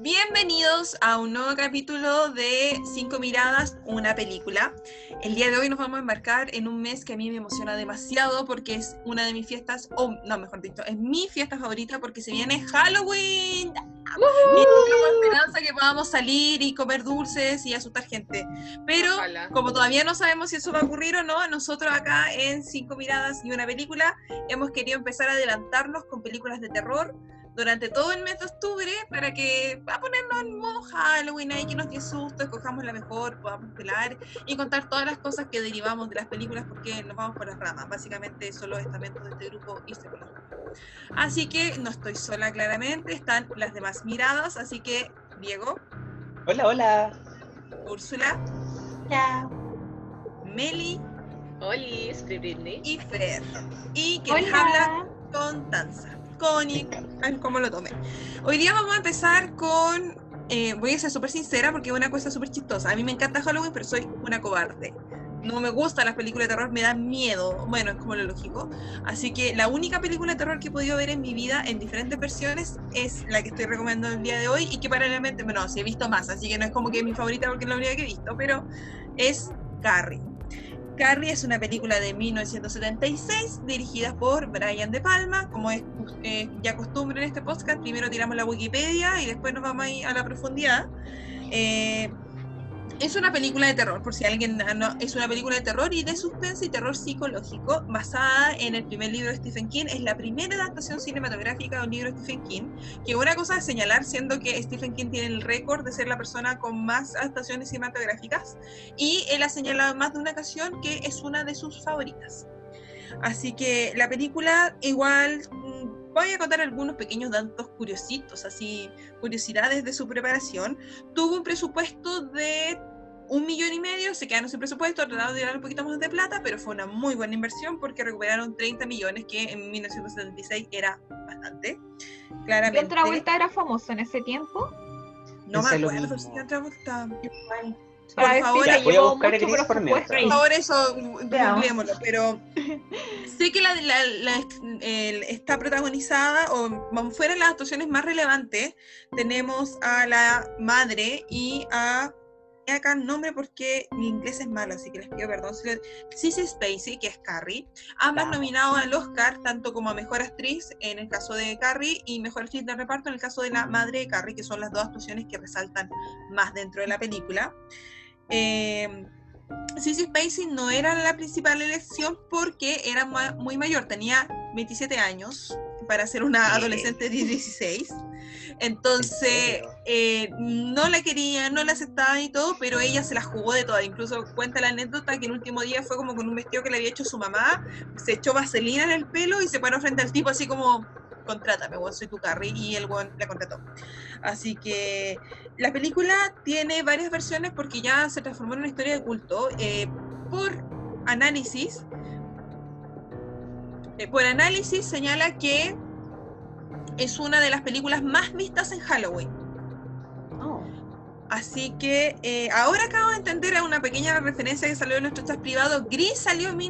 Bienvenidos a un nuevo capítulo de 5 miradas, una película. El día de hoy nos vamos a embarcar en un mes que a mí me emociona demasiado porque es una de mis fiestas, o no, mejor dicho, es mi fiesta favorita porque se viene Halloween. Y tengo esperanza que podamos salir y comer dulces y asustar gente. Pero Ojalá. como todavía no sabemos si eso va a ocurrir o no, nosotros acá en 5 miradas y una película hemos querido empezar a adelantarnos con películas de terror durante todo el mes de octubre para que a ponernos en modo Halloween, ahí que nos dé susto, escojamos la mejor, podamos pelar y contar todas las cosas que derivamos de las películas porque nos vamos por las ramas. Básicamente son los estamentos de este grupo irse por las ramas. Así que no estoy sola claramente, están las demás miradas, así que Diego. Hola, hola. Úrsula. Hola. Meli. Oli, soy Britney. Y Fer. Y que les habla Constanza. Connie, como lo tome. Hoy día vamos a empezar con, voy a ser súper sincera porque es una cosa súper chistosa. A mí me encanta Halloween, pero soy una cobarde. No me gustan las películas de terror, me dan miedo. Bueno, es como lo lógico. Así que la única película de terror que he podido ver en mi vida, en diferentes versiones, es la que estoy recomendando el día de hoy y que paralelamente, bueno, sí he visto más, así que no es como que es mi favorita porque es la única que he visto, pero es Carrie. Carrie es una película de 1976 dirigida por Brian De Palma. Como es ya costumbre en este podcast, primero tiramos la Wikipedia y después nos vamos a la profundidad. Es una película de terror, por si alguien no, es una película de terror y de suspense y terror psicológico basada en el primer libro de Stephen King. Es la primera adaptación cinematográfica de un libro de Stephen King, que una cosa es señalar, siendo que Stephen King tiene el récord de ser la persona con más adaptaciones cinematográficas y él ha señalado en más de una ocasión que es una de sus favoritas. Así que la película igual... Voy a contar algunos pequeños datos curiositos, así curiosidades de su preparación. Tuvo un presupuesto de 1,5 millones, se quedaron sin presupuesto, trataron de ganar un poquito más de plata, pero fue una muy buena inversión porque recuperaron 30 millones, que en 1976 era bastante. Claramente. ¿John Travolta era famoso en ese tiempo? No me acuerdo si John Travolta. Igual. Por favor, voy a buscar el gris por mientras. Por favor, eso, googleémoslo, pero sé que está protagonizada, o fuera de las actuaciones más relevantes, tenemos a la madre y a acá el nombre porque mi inglés es malo, así que les pido perdón. Sissy Spacek, que es Carrie, ambas nominadas al Oscar, tanto como a Mejor Actriz en el caso de Carrie y Mejor Actriz de Reparto en el caso de la madre de Carrie, que son las dos actuaciones que resaltan más dentro de la película. Sissy Spacek no era la principal elección porque era muy mayor, tenía 27 años para ser una adolescente de 16. Entonces no la querían, no la aceptaban y todo, pero ella se la jugó de toda. Incluso cuenta la anécdota que el último día fue como con un vestido que le había hecho su mamá, se echó vaselina en el pelo y se paró frente al tipo así como: contrátame, weón, soy tu Carrie, y el weón la contrató. Así que la película tiene varias versiones porque ya se transformó en una historia de culto. Por análisis señala que es una de las películas más vistas en Halloween. Así que ahora acabo de entender una pequeña referencia que salió en nuestro chat privado. Gris salió en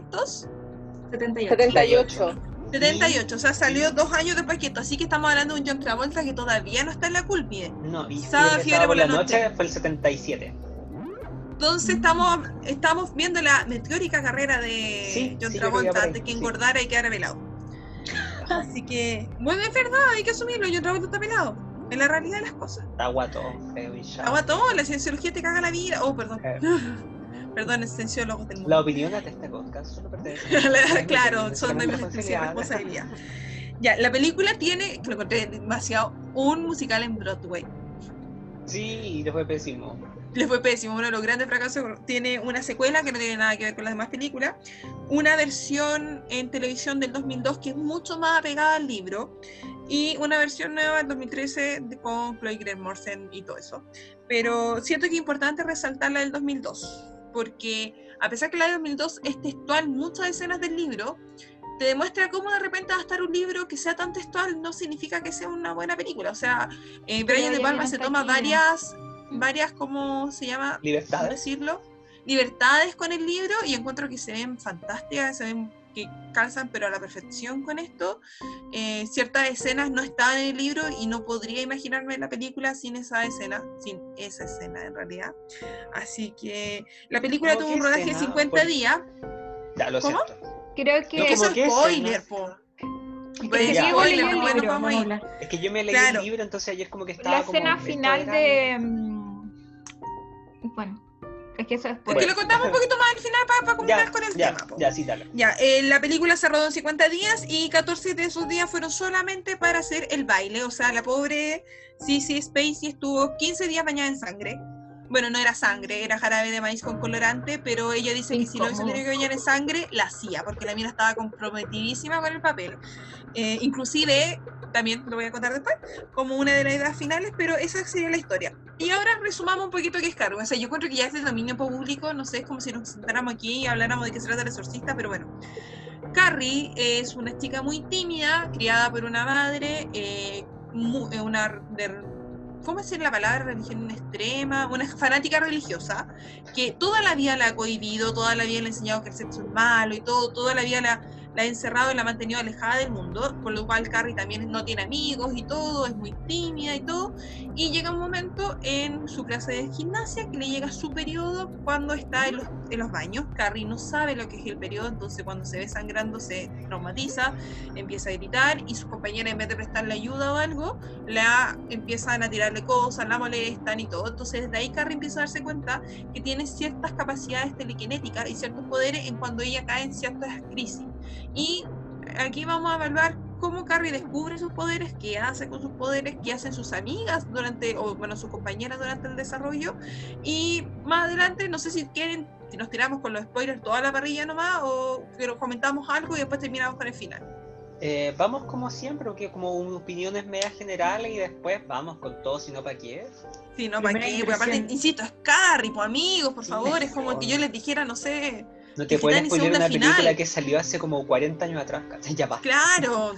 1978. 78, o sea, salió 2 años después que esto, así que estamos hablando de un John Travolta que todavía no está en la cúlpide. No, y Sábado Fiebre por la noche fue el 77. Entonces estamos viendo la meteórica carrera de John Travolta antes que engordara y quedara pelado. Así que, bueno, es verdad, hay que asumirlo, John Travolta está pelado. Es la realidad de las cosas. Está guatón, feo y ya. Está guatón, la cienciología te caga la vida. Oh, perdón. Perdón, cienciólogos del mundo. La opinión de este podcast solo pertenece. Claro, son de mi responsabilidad. Ya, la película tiene, que lo encontré demasiado, un musical en Broadway. Sí, le fue pésimo. Uno de los grandes fracasos. Tiene una secuela que no tiene nada que ver con las demás películas, una versión en televisión del 2002 que es mucho más apegada al libro, y una versión nueva del 2013 con Chloe Grace Moretz y todo eso. Pero siento que es importante resaltar la del 2002, porque a pesar que la del 2002 es textual muchas escenas del libro, te demuestra cómo de repente va a estar un libro que sea tan textual no significa que sea una buena película. O sea, Brian De Palma se toma varias, ¿cómo se llama? Libertades. ¿Cómo decirlo? Libertades con el libro, y encuentro que se ven fantásticas, se ven que calzan pero a la perfección con esto. Ciertas escenas no estaban en el libro y no podría imaginarme la película sin esa escena en realidad. Así que la película ¿Cómo tuvo qué un rodaje de escena? 50 días. Ya, lo ¿Cómo? siento. Creo No, que Eso como es qué spoiler, escenas. po. que Pues, Ya. Diego spoiler, leyó el después nos libro, vamos vamos a ahí. hablar. Es que yo me leí Claro. el libro, entonces ayer como que La estaba escena como... final esto era- de... Bueno, es que eso es Es que spoiler. lo contamos un poquito más al final para combinar con el tema, po. Ya, sí, dale. Ya, la película se rodó en 50 días y 14 de esos días fueron solamente para hacer el baile. O sea, la pobre Sissy Spacey estuvo 15 días bañada en sangre. Bueno, no era sangre, era jarabe de maíz con colorante, pero ella dice que si lo hubiese Incómodo. tenido que bañar en sangre, la hacía, porque la mina estaba comprometidísima con el papel. Inclusive, también lo voy a contar después, como una de las ideas finales, pero esa sería la historia. Y ahora resumamos un poquito qué es Carrie. O sea, yo encuentro que ya es de dominio público, no sé, es como si nos sentáramos aquí y habláramos de qué se trata el exorcista, pero bueno. Carrie es una chica muy tímida, criada por una madre, ¿cómo decir la palabra? Religión extrema, una fanática religiosa, que toda la vida la ha cohibido, toda la vida le ha enseñado que el sexo es malo y todo, toda la vida la ha encerrado y la ha mantenido alejada del mundo, por lo cual Carrie también no tiene amigos y todo, es muy tímida y todo, y llega un momento en su clase de gimnasia que le llega su periodo cuando está en los baños. Carrie no sabe lo que es el periodo, entonces cuando se ve sangrando se traumatiza, empieza a gritar y sus compañeras, en vez de prestarle ayuda o algo, la empiezan a tirarle cosas, la molestan y todo. Entonces desde ahí Carrie empieza a darse cuenta que tiene ciertas capacidades telequinéticas y ciertos poderes en cuando ella cae en ciertas crisis. Y aquí vamos a evaluar cómo Carrie descubre sus poderes, qué hace con sus poderes, qué hacen sus amigas sus compañeras durante el desarrollo. Y más adelante, no sé si quieren, si nos tiramos con los spoilers toda la parrilla nomás o pero comentamos algo y después terminamos con el final. Vamos como siempre, porque como opiniones media generales y después vamos con todo, si no, ¿para qué? Sí, no, ¿para Primera qué? Porque aparte, impresión. insisto, es Carrie, pues amigos, por Sí, favor, es como mejor. que yo les dijera, no sé, No te el pueden Titanic spoiler segunda una película final. que salió hace como 40 años atrás, ¿cachai? Ya basta. Claro,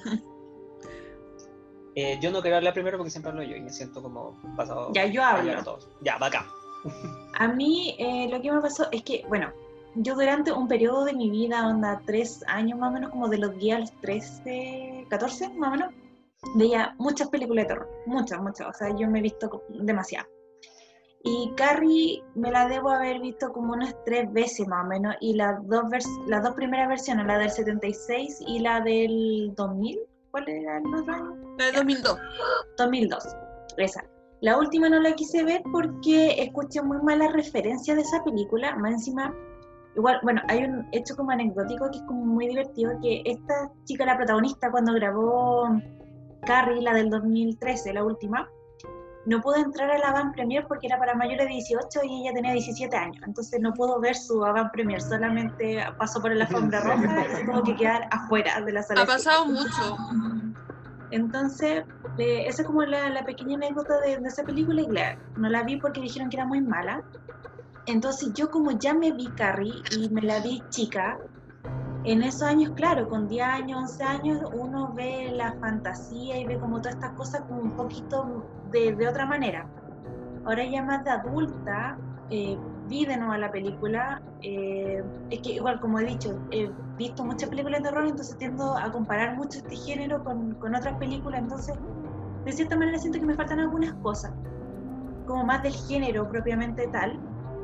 Yo no quiero hablar primero porque siempre hablo yo y me siento como pasado Ya, yo a llevar hablo. a todos. Ya, va acá. A mí lo que me pasó es que, bueno, yo durante un periodo de mi vida, onda 3 años más o menos, como de los 10 a los 13, 14 más o menos, veía muchas películas de terror, muchas, o sea, yo me he visto demasiado. Y Carrie me la debo haber visto como unas 3 veces más o menos, y las dos primeras versiones, la del 76 y la del 2000, ¿cuáles eran los años? la de 2002. 2002, esa. La última no la quise ver porque escuché muy malas referencias de esa película, más encima, igual, bueno, hay un hecho como anecdótico que es como muy divertido, que esta chica, la protagonista, cuando grabó Carrie, la del 2013, la última, no pudo entrar a la avant premier porque era para mayores de 18 y ella tenía 17 años, entonces no pudo ver su avant premier, solamente pasó por la alfombra roja y se tuvo que quedar afuera de la sala. Ha pasado mucho. Entonces, esa es como la pequeña anécdota de esa película y claro, no la vi porque dijeron que era muy mala. Entonces yo como ya me vi Carrie y me la vi chica, en esos años, claro, con 10 años, 11 años, uno ve la fantasía y ve como todas estas cosas como un poquito de otra manera. Ahora ya más de adulta, vi de nuevo la película, es que igual como he dicho, he visto muchas películas de terror, entonces tiendo a comparar mucho este género con otras películas, entonces de cierta manera siento que me faltan algunas cosas, como más del género propiamente tal,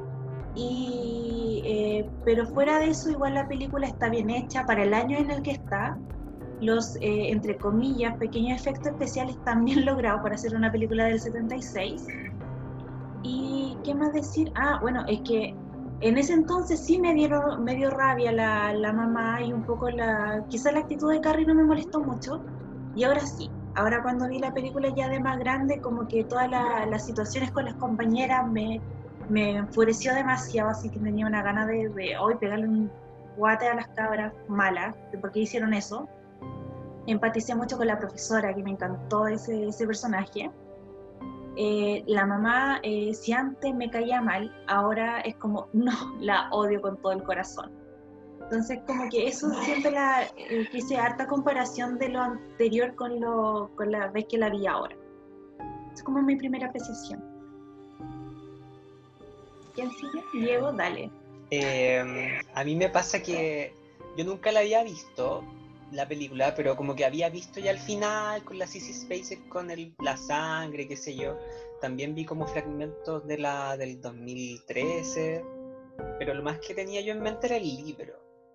pero fuera de eso igual la película está bien hecha para el año en el que está, los, entre comillas, pequeños efectos especiales están bien logrados para hacer una película del 76. ¿Y qué más decir? Ah, bueno, es que en ese entonces sí me dio rabia la mamá y un poco quizás la actitud de Carrie no me molestó mucho, y ahora sí. Ahora cuando vi la película ya de más grande, como que todas las situaciones con las compañeras me enfureció demasiado, así que tenía una gana de hoy pegarle un guate a las cabras malas, de por qué hicieron eso. Empaticé mucho con la profesora, que me encantó ese personaje. La mamá, si antes me caía mal, ahora es como, no, la odio con todo el corazón. Entonces, como que eso siempre que hice harta comparación de lo anterior con la vez que la vi ahora. Es como mi primera apreciación. ¿Quién sigue? Diego, dale. A mí me pasa que yo nunca la había visto, la película, pero como que había visto ya al final con la Sissy Spacek con la sangre, qué sé yo. También vi como fragmentos del 2013, pero lo más que tenía yo en mente era el libro.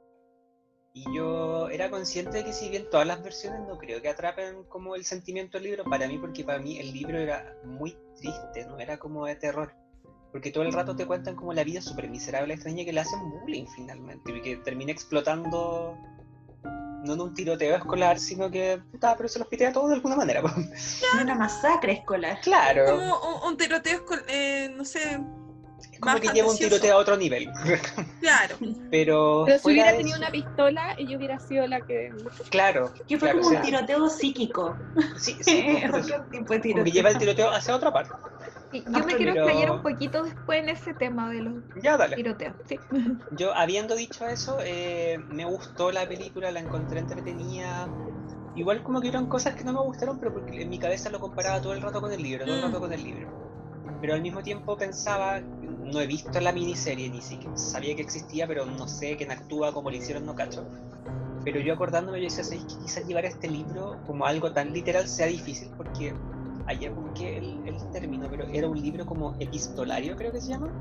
Y yo era consciente de que si bien todas las versiones no creo que atrapen como el sentimiento del libro para mí, porque para mí el libro era muy triste, no era como de terror. Porque todo el rato te cuentan como la vida súper miserable, extraña, que le hacen bullying finalmente, y que termina explotando no en un tiroteo escolar, sino que, puta, pero se los pitea todo de alguna manera. Una masacre escolar. Claro. Como un tiroteo, no sé, Es como más que lleva un fantasioso. tiroteo a otro nivel. Claro. Pero si fuera hubiera de tenido eso, una pistola, ella hubiera sido la que... claro. Que fue claro, como o un sea, tiroteo psíquico. sí, por eso. Otro tipo de Como que lleva el tiroteo hacia otra parte. Sí, yo me quiero Pero- explayar un poquito después en ese tema de los Ya, dale. tiroteos. Sí. Yo, habiendo dicho eso, me gustó la película, la encontré entretenida. Igual como que eran cosas que no me gustaron, pero porque en mi cabeza lo comparaba todo el rato con el libro, todo el rato con el libro. Pero al mismo tiempo pensaba, no he visto la miniserie, ni siquiera sabía que existía, pero no sé quién actúa, como lo hicieron, no cacho. Pero yo acordándome, yo decía, ¿sabes que quizás llevar este libro como algo tan literal sea difícil? Porque ayer busqué el término, pero era un libro como epistolario, creo que se llama.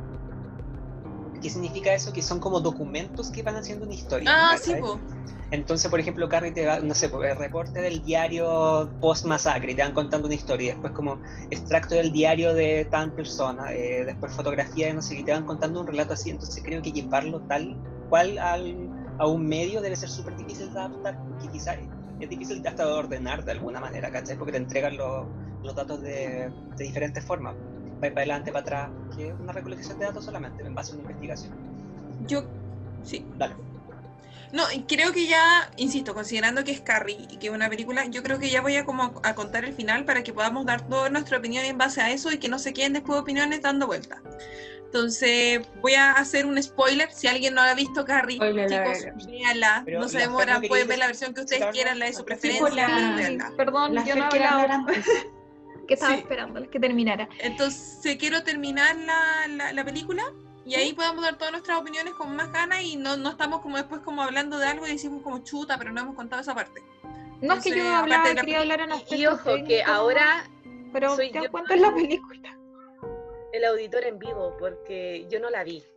¿Qué significa eso? Que son como documentos que van haciendo una historia. Ah, ¿cachai? sí, po. Entonces, por ejemplo, Carrie te va, no sé, pues, el reporte del diario post-masacre y te van contando una historia. Después como extracto del diario de tal persona, después fotografía de no sé qué, te van contando un relato así. Entonces creo que llevarlo tal cual a un medio debe ser súper difícil de adaptar, porque quizás es difícil hasta de ordenar de alguna manera, ¿cachai? Porque te entregan los datos de diferentes formas. Va para adelante, para atrás, que es una recolección de datos solamente, en base a una investigación. Yo, sí. Dale. No, creo que ya, insisto, considerando que es Carrie y que es una película, yo creo que ya voy a contar el final para que podamos dar toda nuestra opinión en base a eso y que no se queden después opiniones dando vueltas. Entonces, voy a hacer un spoiler. Si alguien no ha visto Carrie, Spoiler chicos, alert. véanla. Pero no se la Fer demoran, no quería pueden ver decir- la versión que ustedes citarlo quieran, la de su antes. preferencia, Sí, pues pero véanla. Perdón, La yo Fer no quiere hablar hablaba, antes. que estaba Sí. esperando que terminara. Entonces, quiero terminar la película y ahí podamos dar todas nuestras opiniones con más ganas y no estamos como después como hablando de algo y decimos como chuta, pero no hemos contado esa parte. No es que yo Entonces, aparte de la quería hablar en aspectos Y ojo, que técnicos, ahora pero soy te yo cuento en la película. el auditor en vivo, porque yo no la vi.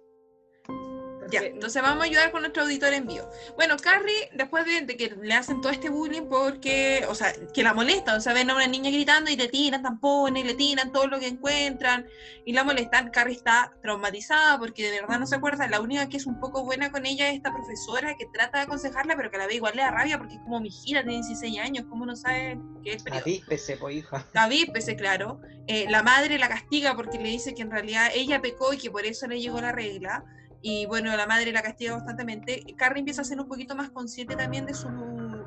Ya, entonces vamos a ayudar con nuestro auditor en vivo. Bueno, Carrie, después de que le hacen todo este bullying porque, o sea, que la molestan, o sea, ven a una niña gritando y le tiran tampones, le tiran todo lo que encuentran y la molestan. Carrie está traumatizada porque de verdad no se acuerda. La única que es un poco buena con ella es esta profesora que trata de aconsejarla, pero que a la vez igual le da rabia porque es como mi hija, tiene 16 años, ¿cómo no sabe qué es el periodo? Avíspese, po, hija. Avíspese, claro. La madre la castiga porque le dice que en realidad ella pecó y que por eso le llegó la regla. Y bueno, la madre la castiga constantemente. Carrie empieza a ser un poquito más consciente también de sus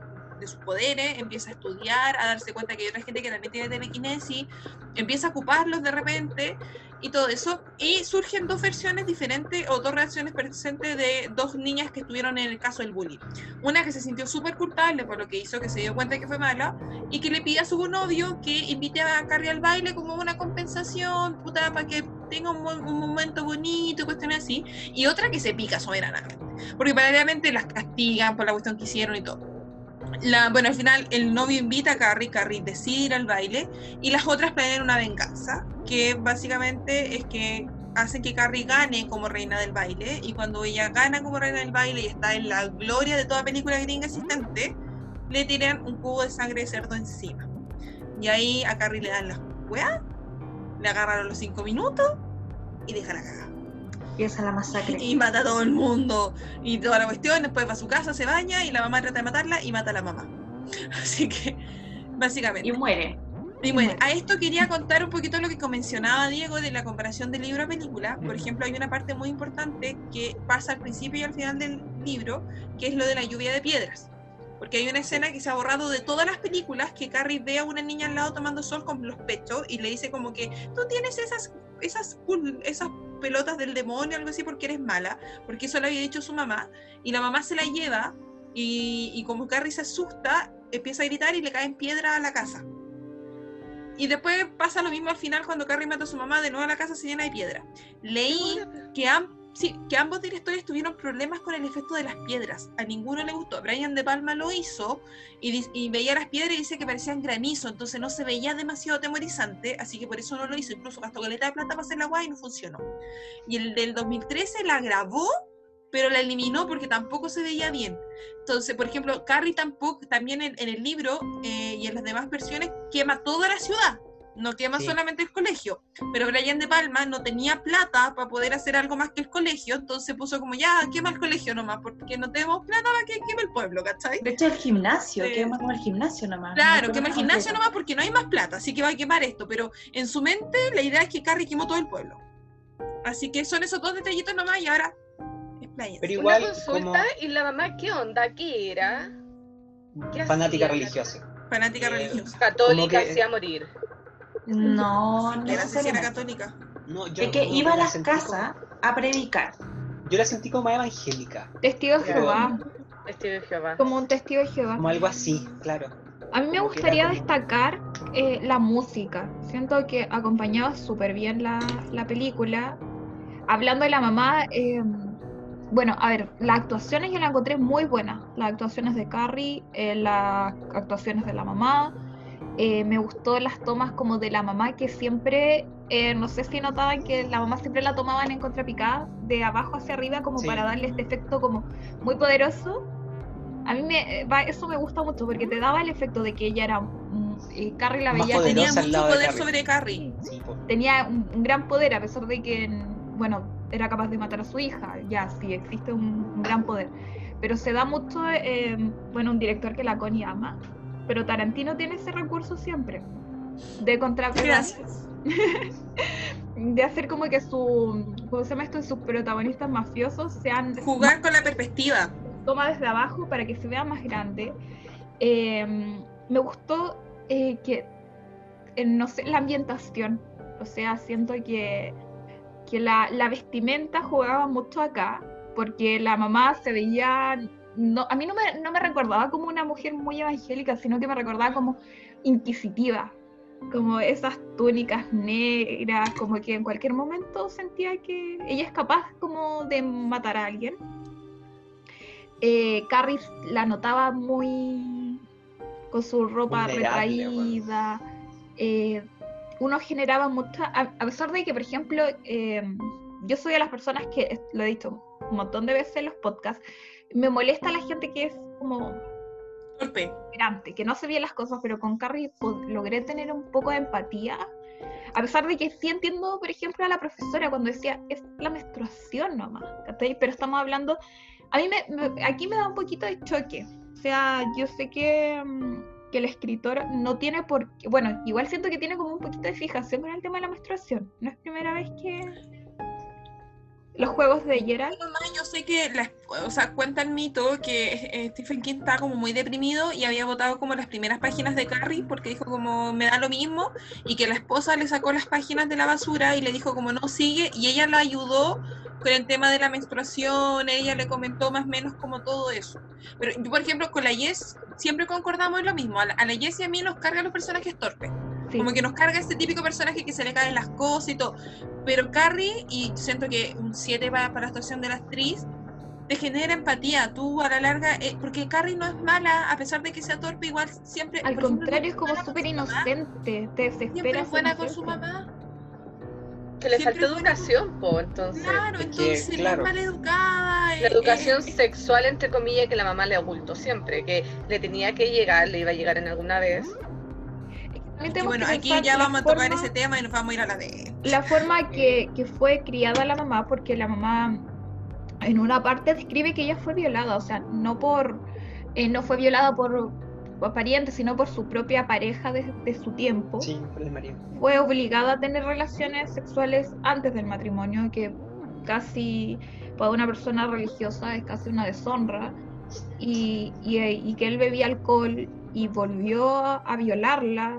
poderes, empieza a estudiar, a darse cuenta que hay otra gente que también tiene telequinesis, empieza a ocuparlos de repente y todo eso. Y surgen dos versiones diferentes o dos reacciones presentes de dos niñas que estuvieron en el caso del bullying. Una que se sintió súper culpable por lo que hizo, que se dio cuenta de que fue mala y que le pide a su novio que invite a Carrie al baile como una compensación, puta, para que tenga un momento bonito y cuestiones así. Y otra que se pica soberanamente, porque paralelamente las castigan por la cuestión que hicieron y todo. Bueno, al final el novio invita a Carrie decide ir al baile y las otras planean una venganza, que básicamente es que hacen que Carrie gane como reina del baile, y cuando ella gana como reina del baile y está en la gloria de toda película gringa existente, le tiran un cubo de sangre de cerdo encima. Y ahí a Carrie le dan las weas, le agarraron los 5 minutos y deja la cagada. Empieza la masacre. Y mata a todo el mundo y toda la cuestión. Después va a su casa, se baña y la mamá trata de matarla y mata a la mamá. Así que básicamente Y muere. y bueno, a esto quería contar un poquito lo que mencionaba Diego de la comparación de libro a película. Por ejemplo, hay una parte muy importante que pasa al principio y al final del libro, que es lo de la lluvia de piedras. Porque hay una escena que se ha borrado de todas las películas, que Carrie ve a una niña al lado tomando sol con los pechos y le dice como que tú tienes esas pelotas del demonio, algo así, porque eres mala, porque eso le había dicho su mamá, y la mamá se la lleva y como Carrie se asusta, empieza a gritar y le caen piedras a la casa. Y después pasa lo mismo al final cuando Carrie mata a su mamá, de nuevo la casa se llena de piedra. Leí que sí, que ambos directores tuvieron problemas con el efecto de las piedras. A ninguno le gustó. Brian De Palma lo hizo y veía las piedras y dice que parecían granizo, entonces no se veía demasiado atemorizante, así que por eso no lo hizo. Incluso gastó caleta de plata para hacer la guay y no funcionó. Y el del 2013 la grabó, pero la eliminó porque tampoco se veía bien. Entonces, por ejemplo, Carrie también en el libro y en las demás versiones quema toda la ciudad. No quema solamente el colegio, pero Brian De Palma no tenía plata para poder hacer algo más que el colegio, entonces puso como ya, quema el colegio nomás, porque no tenemos plata para que queme el pueblo, ¿cachai? De hecho, el gimnasio, quema como el gimnasio nomás. Claro, no quema el gimnasio nomás porque no hay más plata, así que va a quemar esto, pero en su mente la idea es que Carrie quemó todo el pueblo. Así que son esos dos detallitos nomás y ahora expláyense. Pero igual, Una consulta, ¿y la mamá qué onda? ¿Qué era? ¿Qué fanática hacía? religiosa. Fanática religiosa. Católica, que- hacía morir. No, Era si era necesariamente. católica. No, yo Es que como iba a la las sentí casas a predicar. yo la sentí como más evangélica, Testigo de Pero- Jehová, Testigo de Jehová. como un testigo de Jehová. como algo así, claro. A mí me como que gustaría era como- destacar la música. Siento que acompañaba súper bien la película. Hablando de la mamá, bueno, a ver, las actuaciones yo las encontré muy buenas. Las actuaciones de Carrie, las actuaciones de la mamá. Me gustó las tomas como de la mamá que siempre, no sé si notaban que la mamá siempre la tomaban en contrapicada, de abajo hacia arriba, como Sí. para darle este efecto como muy poderoso. A mí eso me gusta mucho porque te daba el efecto de que ella era, Carrie la Más veía, poderosa Tenía al mucho lado de poder Carrie. sobre Carrie. Sí, po. tenía un gran poder, a pesar de que, bueno, era capaz de matar a su hija. Ya, sí, existe un gran poder. Pero se da mucho, bueno, un director que la Connie ama, pero Tarantino tiene ese recurso siempre, de contrapedar, Gracias. de hacer como que ¿cómo se llama esto? Sus protagonistas mafiosos sean Jugar con la perspectiva. toma desde abajo para que se vea más grande. Me gustó que, no sé, la ambientación, o sea, siento que la vestimenta jugaba mucho acá, porque la mamá se veía, no, a mí no me recordaba como una mujer muy evangélica, sino que me recordaba como inquisitiva, como esas túnicas negras, como que en cualquier momento sentía que ella es capaz como de matar a alguien. Carrie la notaba muy con su ropa Vulnerable, retraída. Uno generaba mucha, a pesar de que, por ejemplo, yo soy de las personas que, lo he dicho un montón de veces en los podcasts, me molesta la gente que es como Golpe. ignorante, que no se bien las cosas, pero con Carrie logré tener un poco de empatía, a pesar de que sí entiendo, por ejemplo, a la profesora cuando decía, es la menstruación nomás, ¿cachai? Pero estamos hablando, a mí aquí me da un poquito de choque, o sea, yo sé que el escritor no tiene por qué, bueno, igual siento que tiene como un poquito de fijación con el tema de la menstruación, no es primera vez que los juegos de Geralt. Además, yo sé que, cuenta el mito que Stephen King estaba como muy deprimido y había votado como las primeras páginas de Carrie porque dijo como me da lo mismo, y que la esposa le sacó las páginas de la basura y le dijo como no sigue, y ella la ayudó con el tema de la menstruación, ella le comentó más o menos como todo eso. Pero yo, por ejemplo, con la Jess siempre concordamos en lo mismo, a la Jess y a mí nos cargan los personajes torpes. Sí. Como que nos carga este típico personaje que se le caen las cosas y todo. Pero Carrie, y siento que un 7 para la actuación de la actriz, te genera empatía. Tú a la larga, porque Carrie no es mala, a pesar de que sea torpe, igual siempre. Al por ejemplo, contrario, es como buena con súper su mamá, inocente, te siempre desespera. es buena con su mamá. Que le Siempre faltó es buena educación, po, entonces. Claro, Es que, entonces claro. no es mal educada. La educación sexual, entre comillas, que la mamá le ocultó siempre, que le tenía que llegar, le iba a llegar en alguna vez. También Y bueno, que aquí pensar ya la vamos a tocar forma- ese tema y nos vamos a ir a la de. La forma que fue criada la mamá, porque la mamá en una parte describe que ella fue violada, o sea, no fue violada por parientes, sino por su propia pareja de su tiempo. Sí, por el marido. Fue obligada a tener relaciones sexuales antes del matrimonio, que casi para una persona religiosa es casi una deshonra, y que él bebía alcohol y volvió a violarla.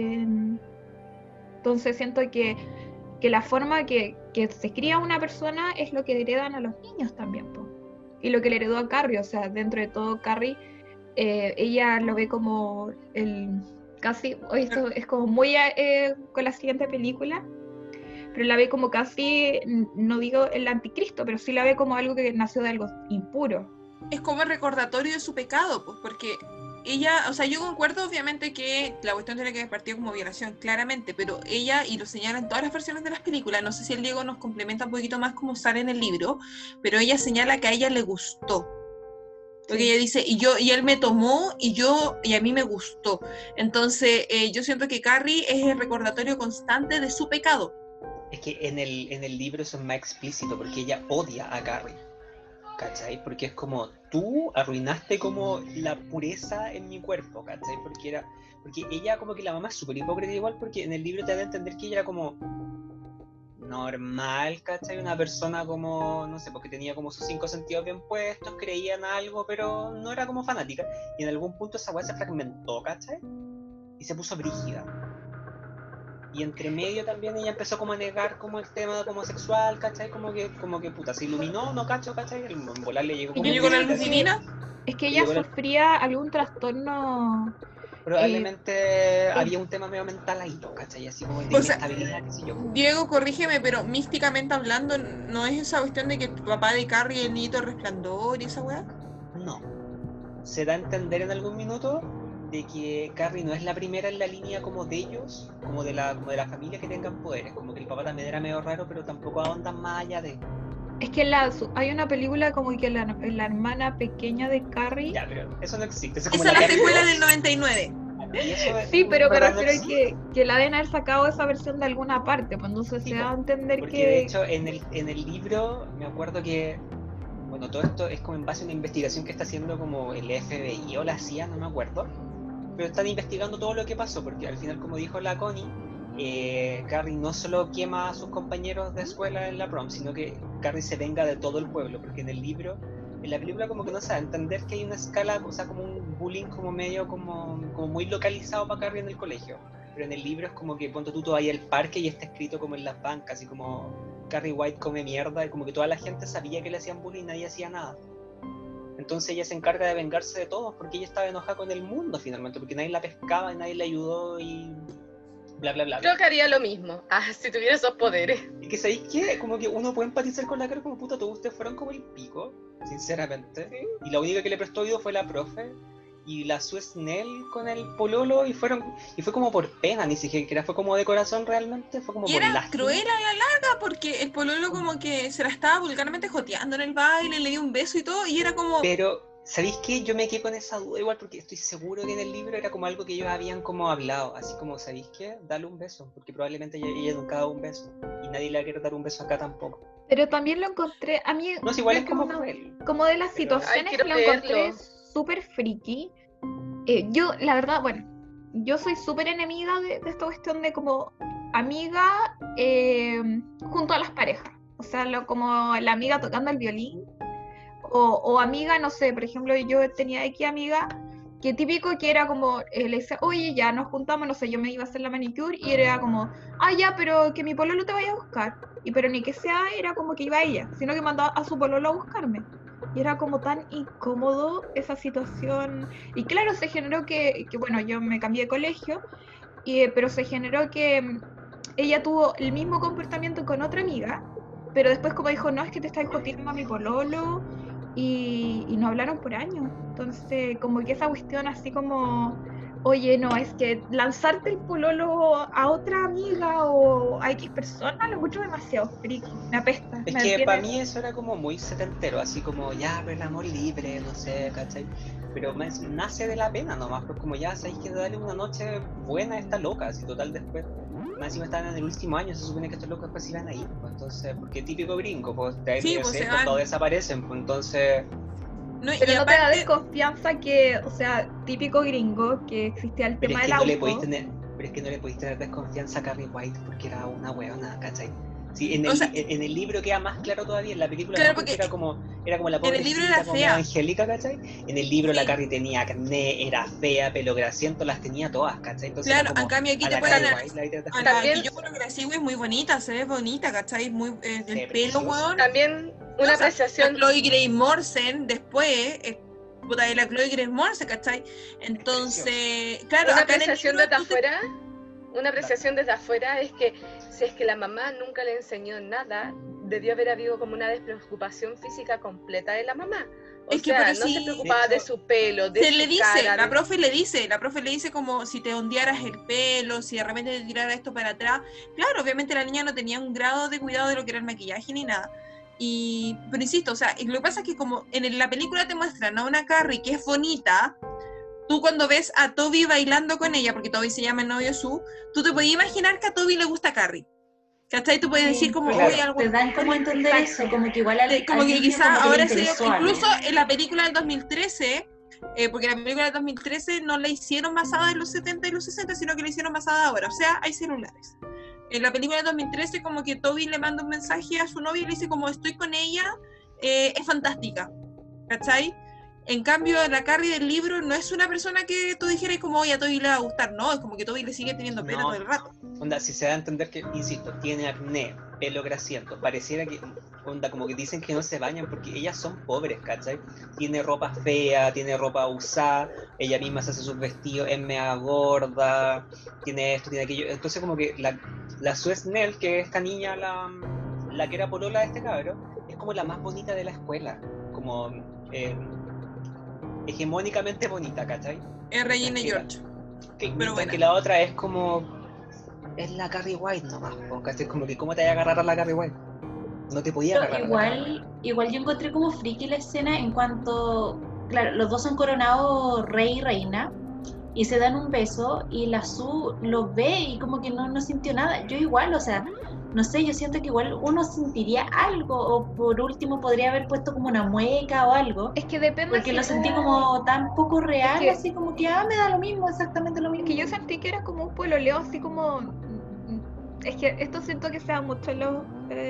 Entonces siento que la forma que se cría una persona es lo que heredan a los niños también, po. Y lo que le heredó a Carrie, o sea, dentro de todo Carrie, ella lo ve como esto es como muy con la siguiente película, pero la ve como casi, no digo el anticristo, pero sí la ve como algo que nació de algo impuro. Es como el recordatorio de su pecado, pues, porque ella, o sea, yo concuerdo obviamente que la cuestión tiene que haber partido como violación, claramente, pero ella, y lo señalan todas las versiones de las películas, no sé si el Diego nos complementa un poquito más como sale en el libro, pero ella señala que a ella le gustó. Porque ella dice, y él me tomó, y a mí me gustó. Entonces, yo siento que Carrie es el recordatorio constante de su pecado. Es que en el libro eso es más explícito, porque ella odia a Carrie, ¿cachai? Porque es como, tú arruinaste como la pureza en mi cuerpo, ¿cachai? Porque ella como que la mamá es súper hipócrita igual, porque en el libro te da a entender que ella era como normal, ¿cachai? Una persona como, no sé, porque tenía como sus 5 sentidos bien puestos, creía en algo, pero no era como fanática. Y en algún punto esa weá se fragmentó, ¿cachai? Y se puso brígida. Y entre medio también ella empezó como a negar como el tema homosexual, ¿cachai? Como que puta, se iluminó, no cacho, ¿cachai? El volar le llegó como... ¿Y llegó la luz divina? Es que ella sufría algún trastorno... Probablemente había un tema medio mental ahí, ¿cachai? Así como de inestabilidad, qué sé yo. Diego, corrígeme, pero místicamente hablando, ¿no es esa cuestión de que el papá de Carrie es el niñito Resplandor y esa weá? No. Se da a entender en algún minuto de que Carrie no es la primera en la línea como de ellos, como de la familia que tengan poderes, como que el papá también era medio raro, pero tampoco ahondan más allá de... Es que hay una película como que la hermana pequeña de Carrie... Ya, pero eso no existe. Esa es la película del 99. Sí, pero me refiero a que la deben haber sacado esa versión de alguna parte, pues entonces se da a entender porque que... de hecho en el libro me acuerdo que, bueno, todo esto es como en base a una investigación que está haciendo como el FBI o la CIA, no me acuerdo, pero están investigando todo lo que pasó, porque al final, como dijo la Connie, Carrie no solo quema a sus compañeros de escuela en la prom, sino que Carrie se venga de todo el pueblo, porque en la película como que no se da a entender que hay una escala, o sea, como un bullying como medio como muy localizado para Carrie en el colegio, pero en el libro es como que ponte tú ahí al parque y está escrito como en las bancas, así como Carrie White come mierda, y como que toda la gente sabía que le hacían bullying y nadie hacía nada. Entonces ella se encarga de vengarse de todos porque ella estaba enojada con el mundo finalmente, porque nadie la pescaba y nadie le ayudó y bla bla bla. Creo que haría lo mismo, si tuviera esos poderes. Y que sabéis que como que uno puede empatizar con la Carrie como puta, todos ustedes fueron como el pico, sinceramente. ¿Sí? Y la única que le prestó oído fue la profe y la Sue Snell con el pololo y fue como por pena, ni siquiera fue como de corazón realmente, fue como y por era lástima. Cruel a la larga porque el pololo como que se la estaba vulgarmente joteando en el baile, le dio un beso y todo y era como... Pero ¿sabéis qué? Yo me quedé con esa duda igual porque estoy seguro que en el libro era como algo que ellos habían como hablado, así como, ¿sabéis qué? Dale un beso, porque probablemente ella nunca ha dado un beso y nadie le quiere dar un beso acá tampoco. Pero también lo encontré, a mí... No, igual es como cruel. Como de las situaciones que lo encontré súper friki. Yo, la verdad, bueno, yo soy súper enemiga de esta cuestión de como amiga junto a las parejas. O sea, como la amiga tocando el violín. O amiga, no sé, por ejemplo, yo tenía aquí amiga que típico que era como, le decía, oye, ya nos juntamos, no sé, yo me iba a hacer la manicure y era como, ya, pero que mi pololo te vaya a buscar. Y pero ni que sea, era como que iba ella, sino que mandaba a su pololo a buscarme. Y era como tan incómodo esa situación. Y claro, se generó que bueno, yo me cambié de colegio, pero se generó que ella tuvo el mismo comportamiento con otra amiga, pero después como dijo, no, es que te estás joteando a mi pololo, y no hablaron por años. Entonces, como que esa cuestión así como, oye, no, es que lanzarte el pololo a otra amiga o a X persona lo encuentro demasiado friki, me apesta. Es que para mí eso era como muy setentero, así como, ya, pero el amor libre, no sé, ¿cachai? Pero nace de la pena nomás, pues como ya, sabéis que darle una noche buena a esta loca, así total después. Más encima estaban en el último año, se supone que estos locos después iban a ir, pues entonces, porque típico gringo, pues de ahí todos desaparecen, pues entonces... No, pero no te da desconfianza que, o sea, típico gringo, que existía el tema del auto. Pero es que no le podéis tener desconfianza a Carrie White porque era una huevona, ¿cachai? Sí, en el libro queda más claro todavía, en la película claro, no, porque era como la pobrecita, como Angélica, ¿cachai? En el libro la Carrie tenía acné, era fea, pelo grasiento, las tenía todas, ¿cachai? Entonces claro, en cambio aquí te pueden... También... Yo creo que la Sigüe es muy bonita, se ve bonita, ¿cachai? Muy, el pelo, weón. También una apreciación... La Chloe Grace Morsen después... puta, de la Chloe Grace Morsen, ¿cachai? Entonces, claro, una apreciación de afuera Una apreciación desde afuera es que si es que la mamá nunca le enseñó nada, debió haber habido como una despreocupación física completa de la mamá. O Es que, sea, pero no sí, se preocupaba de su pelo, de se su le dice, cara. la profe le dice como si te ondearas el pelo, si de repente te tirara esto para atrás. Claro, obviamente la niña no tenía un grado de cuidado de lo que era el maquillaje ni nada. Pero insisto, o sea, lo que pasa es que como en la película te muestran a una Carrie que es bonita, tú cuando ves a Toby bailando con ella, porque Toby se llama el novio Sue, tú te podías imaginar que a Toby le gusta Carrie. ¿Cachai? Tú puedes decir como, claro. oye, algo... Te dan como a entender eso, como que igual como que quizás ahora sí, incluso incluso en la película del 2013, porque la película del 2013 no la hicieron basada en los 70 y los 60, sino que la hicieron basada ahora, o sea, hay celulares. En la película del 2013 como que Toby le manda un mensaje a su novia y le dice como, estoy con ella, es fantástica, ¿cachai? En cambio, la Carrie del libro no es una persona que tú dijeras como, oye, a Toby le va a gustar, no, es como que Toby le sigue teniendo pena todo el rato. Onda, si se da a entender que, insisto, tiene acné, pelo grasiento, pareciera que, onda, como que dicen que no se bañan porque ellas son pobres, ¿cachai? Tiene ropa fea, tiene ropa usada, ella misma se hace sus vestidos, es mega gorda, tiene esto, tiene aquello, entonces como que la Sue Snell, que es esta niña, la que era polola de este cabrón, es como la más bonita de la escuela, como hegemónicamente bonita, ¿cachai? Es Regina George. Pero bueno. Que la otra es como... Es la Carrie White nomás, ¿cachai? Como que ¿cómo te vas a agarrar a la Carrie White? No te podía agarrar igual yo encontré como friki la escena en cuanto... Claro, los dos son coronados rey y reina y se dan un beso y la Sue lo ve y como que no sintió nada. Yo igual, o sea, no sé, yo siento que igual uno sentiría algo o por último podría haber puesto como una mueca o algo. Es que depende. Porque lo sentí como tan poco real, es que, así como que me da lo mismo, exactamente lo mismo. Es que yo sentí que era como un pololeo así como... Es que esto siento que se da mucho en los...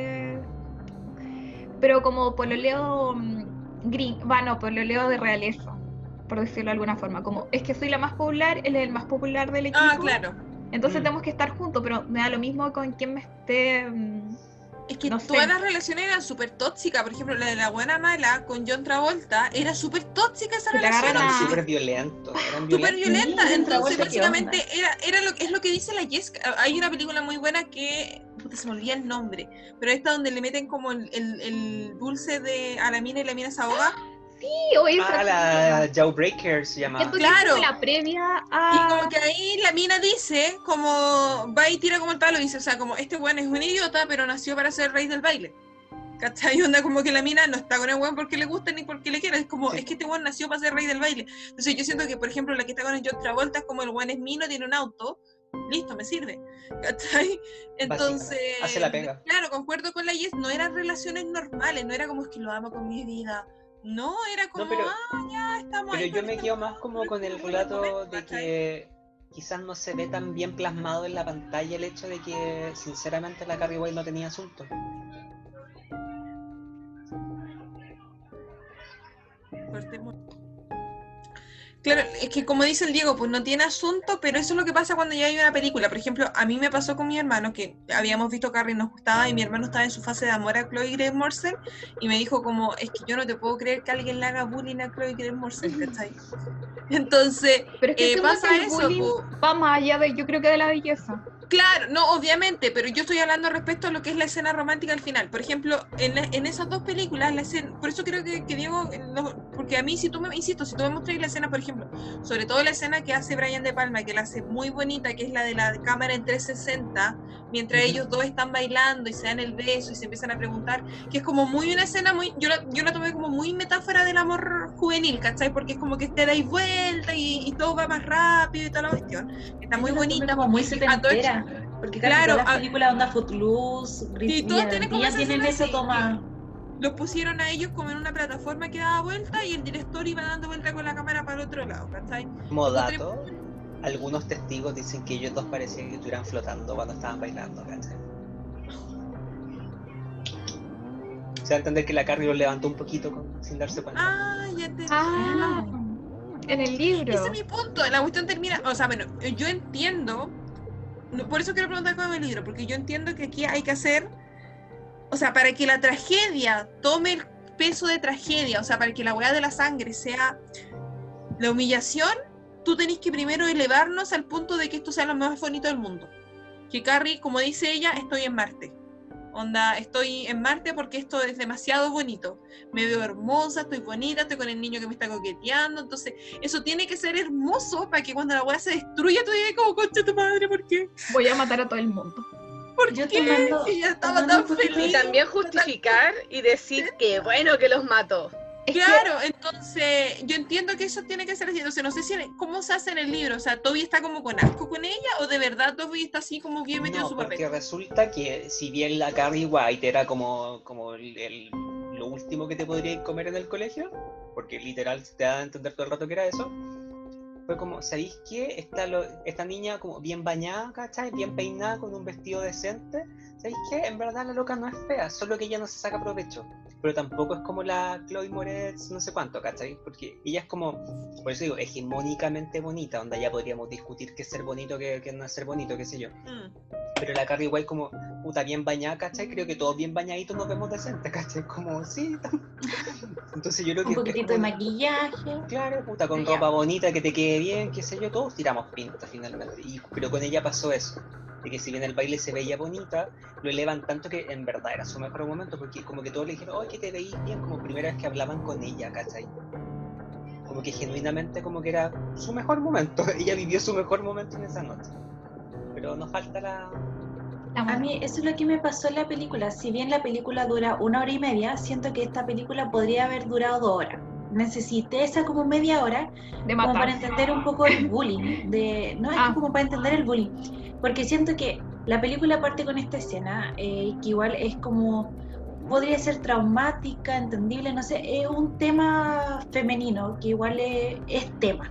pero como pololeo pololeo de realeza, por decirlo de alguna forma, como es que soy la más popular, él es el más popular del equipo. Ah, claro. Entonces tenemos que estar juntos, pero me da lo mismo con quien me esté... Es que todas las relaciones eran súper tóxicas. Por ejemplo, la de la buena mala con John Travolta era súper tóxica esa relación. Eran súper violentos. Súper violenta. Entonces, básicamente, es lo que dice la Jessica. Hay una película muy buena que... se me olvida el nombre. Pero esta donde le meten como el dulce a la mina y la mina se ahoga. Sí, o esa. La Jawbreaker se llama. Claro. La previa a... Y como que ahí la mina dice, como va y tira como el palo, dice, o sea, como este weón es un idiota, pero nació para ser rey del baile. ¿Cachai? Onda como que la mina no está con el weón porque le gusta ni porque le quiere, es como, es que este weón nació para ser rey del baile. Entonces yo siento que, por ejemplo, la que está con el John Travolta es como el weón es mino, tiene un auto, listo, me sirve. ¿Cachai? Entonces, hace la pega. Claro, concuerdo con la Jess, no eran relaciones normales, no era como es que lo amo con mi vida. No, era como, ya estamos pero ahí. Pero yo me quedo más como con el relato de que quizás no se ve tan bien plasmado en la pantalla el hecho de que, sinceramente, la Carrie White no tenía asunto. Claro, es que como dice el Diego, pues no tiene asunto, pero eso es lo que pasa cuando ya hay una película. Por ejemplo, a mí me pasó con mi hermano, que habíamos visto Carrie y nos gustaba, y mi hermano estaba en su fase de amor a Chloe Grace Moretz, y me dijo como, es que yo no te puedo creer que alguien le haga bullying a Chloe Grace Moretz, ¿cachai? Entonces, pero es que pasa eso. Va más allá de, yo creo que de la belleza. Claro, no, obviamente, pero yo estoy hablando respecto a lo que es la escena romántica al final. Por ejemplo, en esas dos películas, la escena, por eso creo que Diego, porque a mí, si tú me mostras la escena, por ejemplo, sobre todo la escena que hace Brian De Palma, que la hace muy bonita, que es la de la cámara en 360, mientras ellos dos están bailando y se dan el beso y se empiezan a preguntar, que es como muy una escena muy, yo la tomé como muy metáfora del amor juvenil, ¿cachai? Porque es como que te dais vuelta y todo va más rápido y toda la cuestión. Está muy bonita. Como muy setentera. Porque claro, las películas onda Footloose, y todos tienen eso toma. Los pusieron a ellos como en una plataforma que daba vuelta y el director iba dando vuelta con la cámara para el otro lado, ¿cachai? Como dato, algunos testigos dicen que ellos dos parecían que estuvieran flotando cuando estaban bailando, ¿cachai? Se va a entender que la Carrie los levantó un poquito sin darse cuenta. Ah, ya entendí. En el libro. Ese es mi punto. La cuestión termina, o sea, bueno, yo entiendo, por eso quiero preguntar con el libro, porque yo entiendo que aquí hay que hacer, o sea, para que la tragedia tome el peso de tragedia, o sea, para que la hueá de la sangre sea la humillación, tú tenés que primero elevarnos al punto de que esto sea lo más bonito del mundo. Que Carrie, como dice ella, estoy en Marte. Onda, estoy en Marte porque esto es demasiado bonito. Me veo hermosa, estoy bonita, estoy con el niño que me está coqueteando. Entonces, eso tiene que ser hermoso para que cuando la weá se destruya, tú digas como, concha tu madre, ¿por qué? Voy a matar a todo el mundo. ¿Por Yo qué? tomando- Ella estaba tomando tan un poquito- feliz. Y también justificar y decir que bueno que los mató. Es Claro, entonces yo entiendo que eso tiene que ser así. Entonces no sé si cómo se hace en el libro. O sea, ¿Toby está como con asco con ella o de verdad Toby está así como bien metido en No, su porque papel? resulta que si bien la Carrie White era como lo último que te podría comer en el colegio, porque literal te da a entender todo el rato que era eso, fue como, ¿sabéis qué? Esta niña como bien bañada, ¿cachai? Bien peinada, con un vestido decente. ¿Sabéis qué? En verdad la loca no es fea, solo que ella no se saca provecho. Pero tampoco es como la Chloe Moretz, no sé cuánto, ¿cachai? Porque ella es como, por eso digo, hegemónicamente bonita, donde ya podríamos discutir qué es ser bonito, qué no es ser bonito, qué sé yo. Pero la Carrie White como, puta, bien bañada, ¿cachai? Creo que todos bien bañaditos nos vemos decentes, ¿cachai? Como, sí. Entonces yo creo que Un poquitito de maquillaje. claro, puta, con Ya. ropa bonita, que te quede bien, qué sé yo, todos tiramos pinta finalmente. Pero con ella pasó eso, de que si bien el baile se veía bonita, lo elevan tanto que en verdad era su mejor momento, porque como que todos le dijeron, oh, que te veís bien, como primera vez que hablaban con ella, ¿cachai? Como que genuinamente como que era su mejor momento, ella vivió su mejor momento en esa noche. Pero nos falta la... A mí eso es lo que me pasó en la película. Si bien la película dura 1 hora y media, siento que esta película podría haber durado 2 horas. Necesité esa como media hora de como para matar. entender un poco el bullying. No, es que como para entender el bullying. Porque siento que la película parte con esta escena, que igual es como, podría ser traumática, entendible, no sé, es un tema femenino, que igual es tema.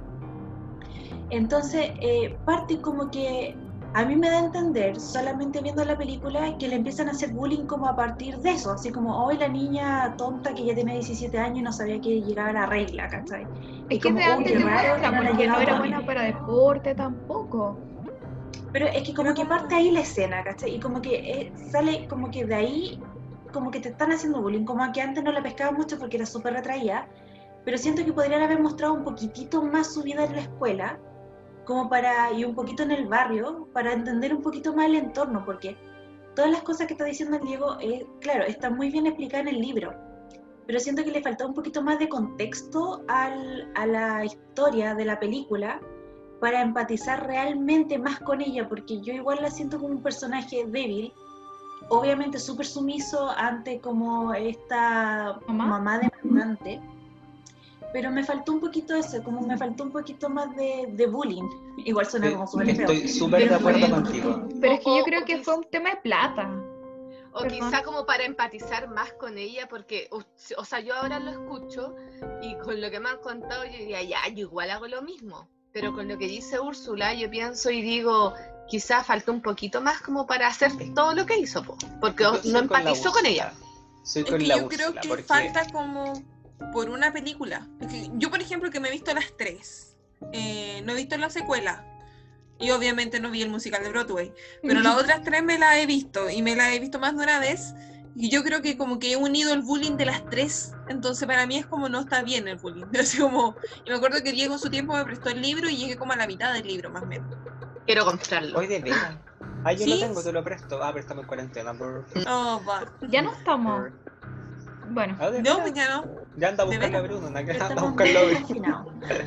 Entonces, parte como que a mí me da a entender, solamente viendo la película, que le empiezan a hacer bullying como a partir de eso, así como, hoy la niña tonta que ya tiene 17 años y no sabía que llegaba a la regla, ¿cachai? Y Es que como, de antes qué te raro, muestra, que no le porque llega no era todavía. buena para deporte tampoco. Pero es que como Pero que como- parte ahí la escena, ¿cachai? Y como que sale como que de ahí, como que te están haciendo bullying, como que antes no la pescaba mucho porque era súper retraída, pero siento que podrían haber mostrado un poquitito más su vida en la escuela, como y un poquito en el barrio, para entender un poquito más el entorno, porque todas las cosas que está diciendo el Diego, claro, están muy bien explicadas en el libro, pero siento que le faltó un poquito más de contexto a la historia de la película, para empatizar realmente más con ella, porque yo igual la siento como un personaje débil, obviamente súper sumiso ante como esta mamá demandante, pero me faltó un poquito eso, como me faltó un poquito más de bullying. Igual suena como súper feo. Estoy súper de acuerdo bueno. contigo. Pero es que yo O- creo o que quiz- fue un tema de plata. O Perdón. quizá como para empatizar más con ella, porque, o sea, yo ahora lo escucho y con lo que me han contado yo diría, ya, yo igual hago lo mismo. Pero con lo que dice Úrsula, yo pienso y digo, quizá faltó un poquito más como para hacer todo lo que hizo, porque Yo no soy con la empatizó con Úrsula. ella. Soy Es con que la yo creo Úrsula, que porque... falta como por una película. Es que yo, por ejemplo, que me he visto las 3, no he visto la secuela. Y obviamente no vi el musical de Broadway. Pero las otras 3 me las he visto. Y me las he visto más de una vez. Y yo creo que como que he unido el bullying de las 3. Entonces para mí es como no está bien el bullying. Así como, y me acuerdo que Diego en su tiempo me prestó el libro y llegué como a la mitad del libro, más o menos. Quiero comprarlo. Hoy de veras. Ah, yo ¿Sí? lo tengo, te lo presto. Ah, pero estamos en cuarentena. Oh, va. Ya no estamos. Bueno, Ah, ¿de No, veras? pues ya no. Ya anda a ¿De buscarlo a veras? Bruno, anda a Estamos buscarlo a muy Bruno. confinados.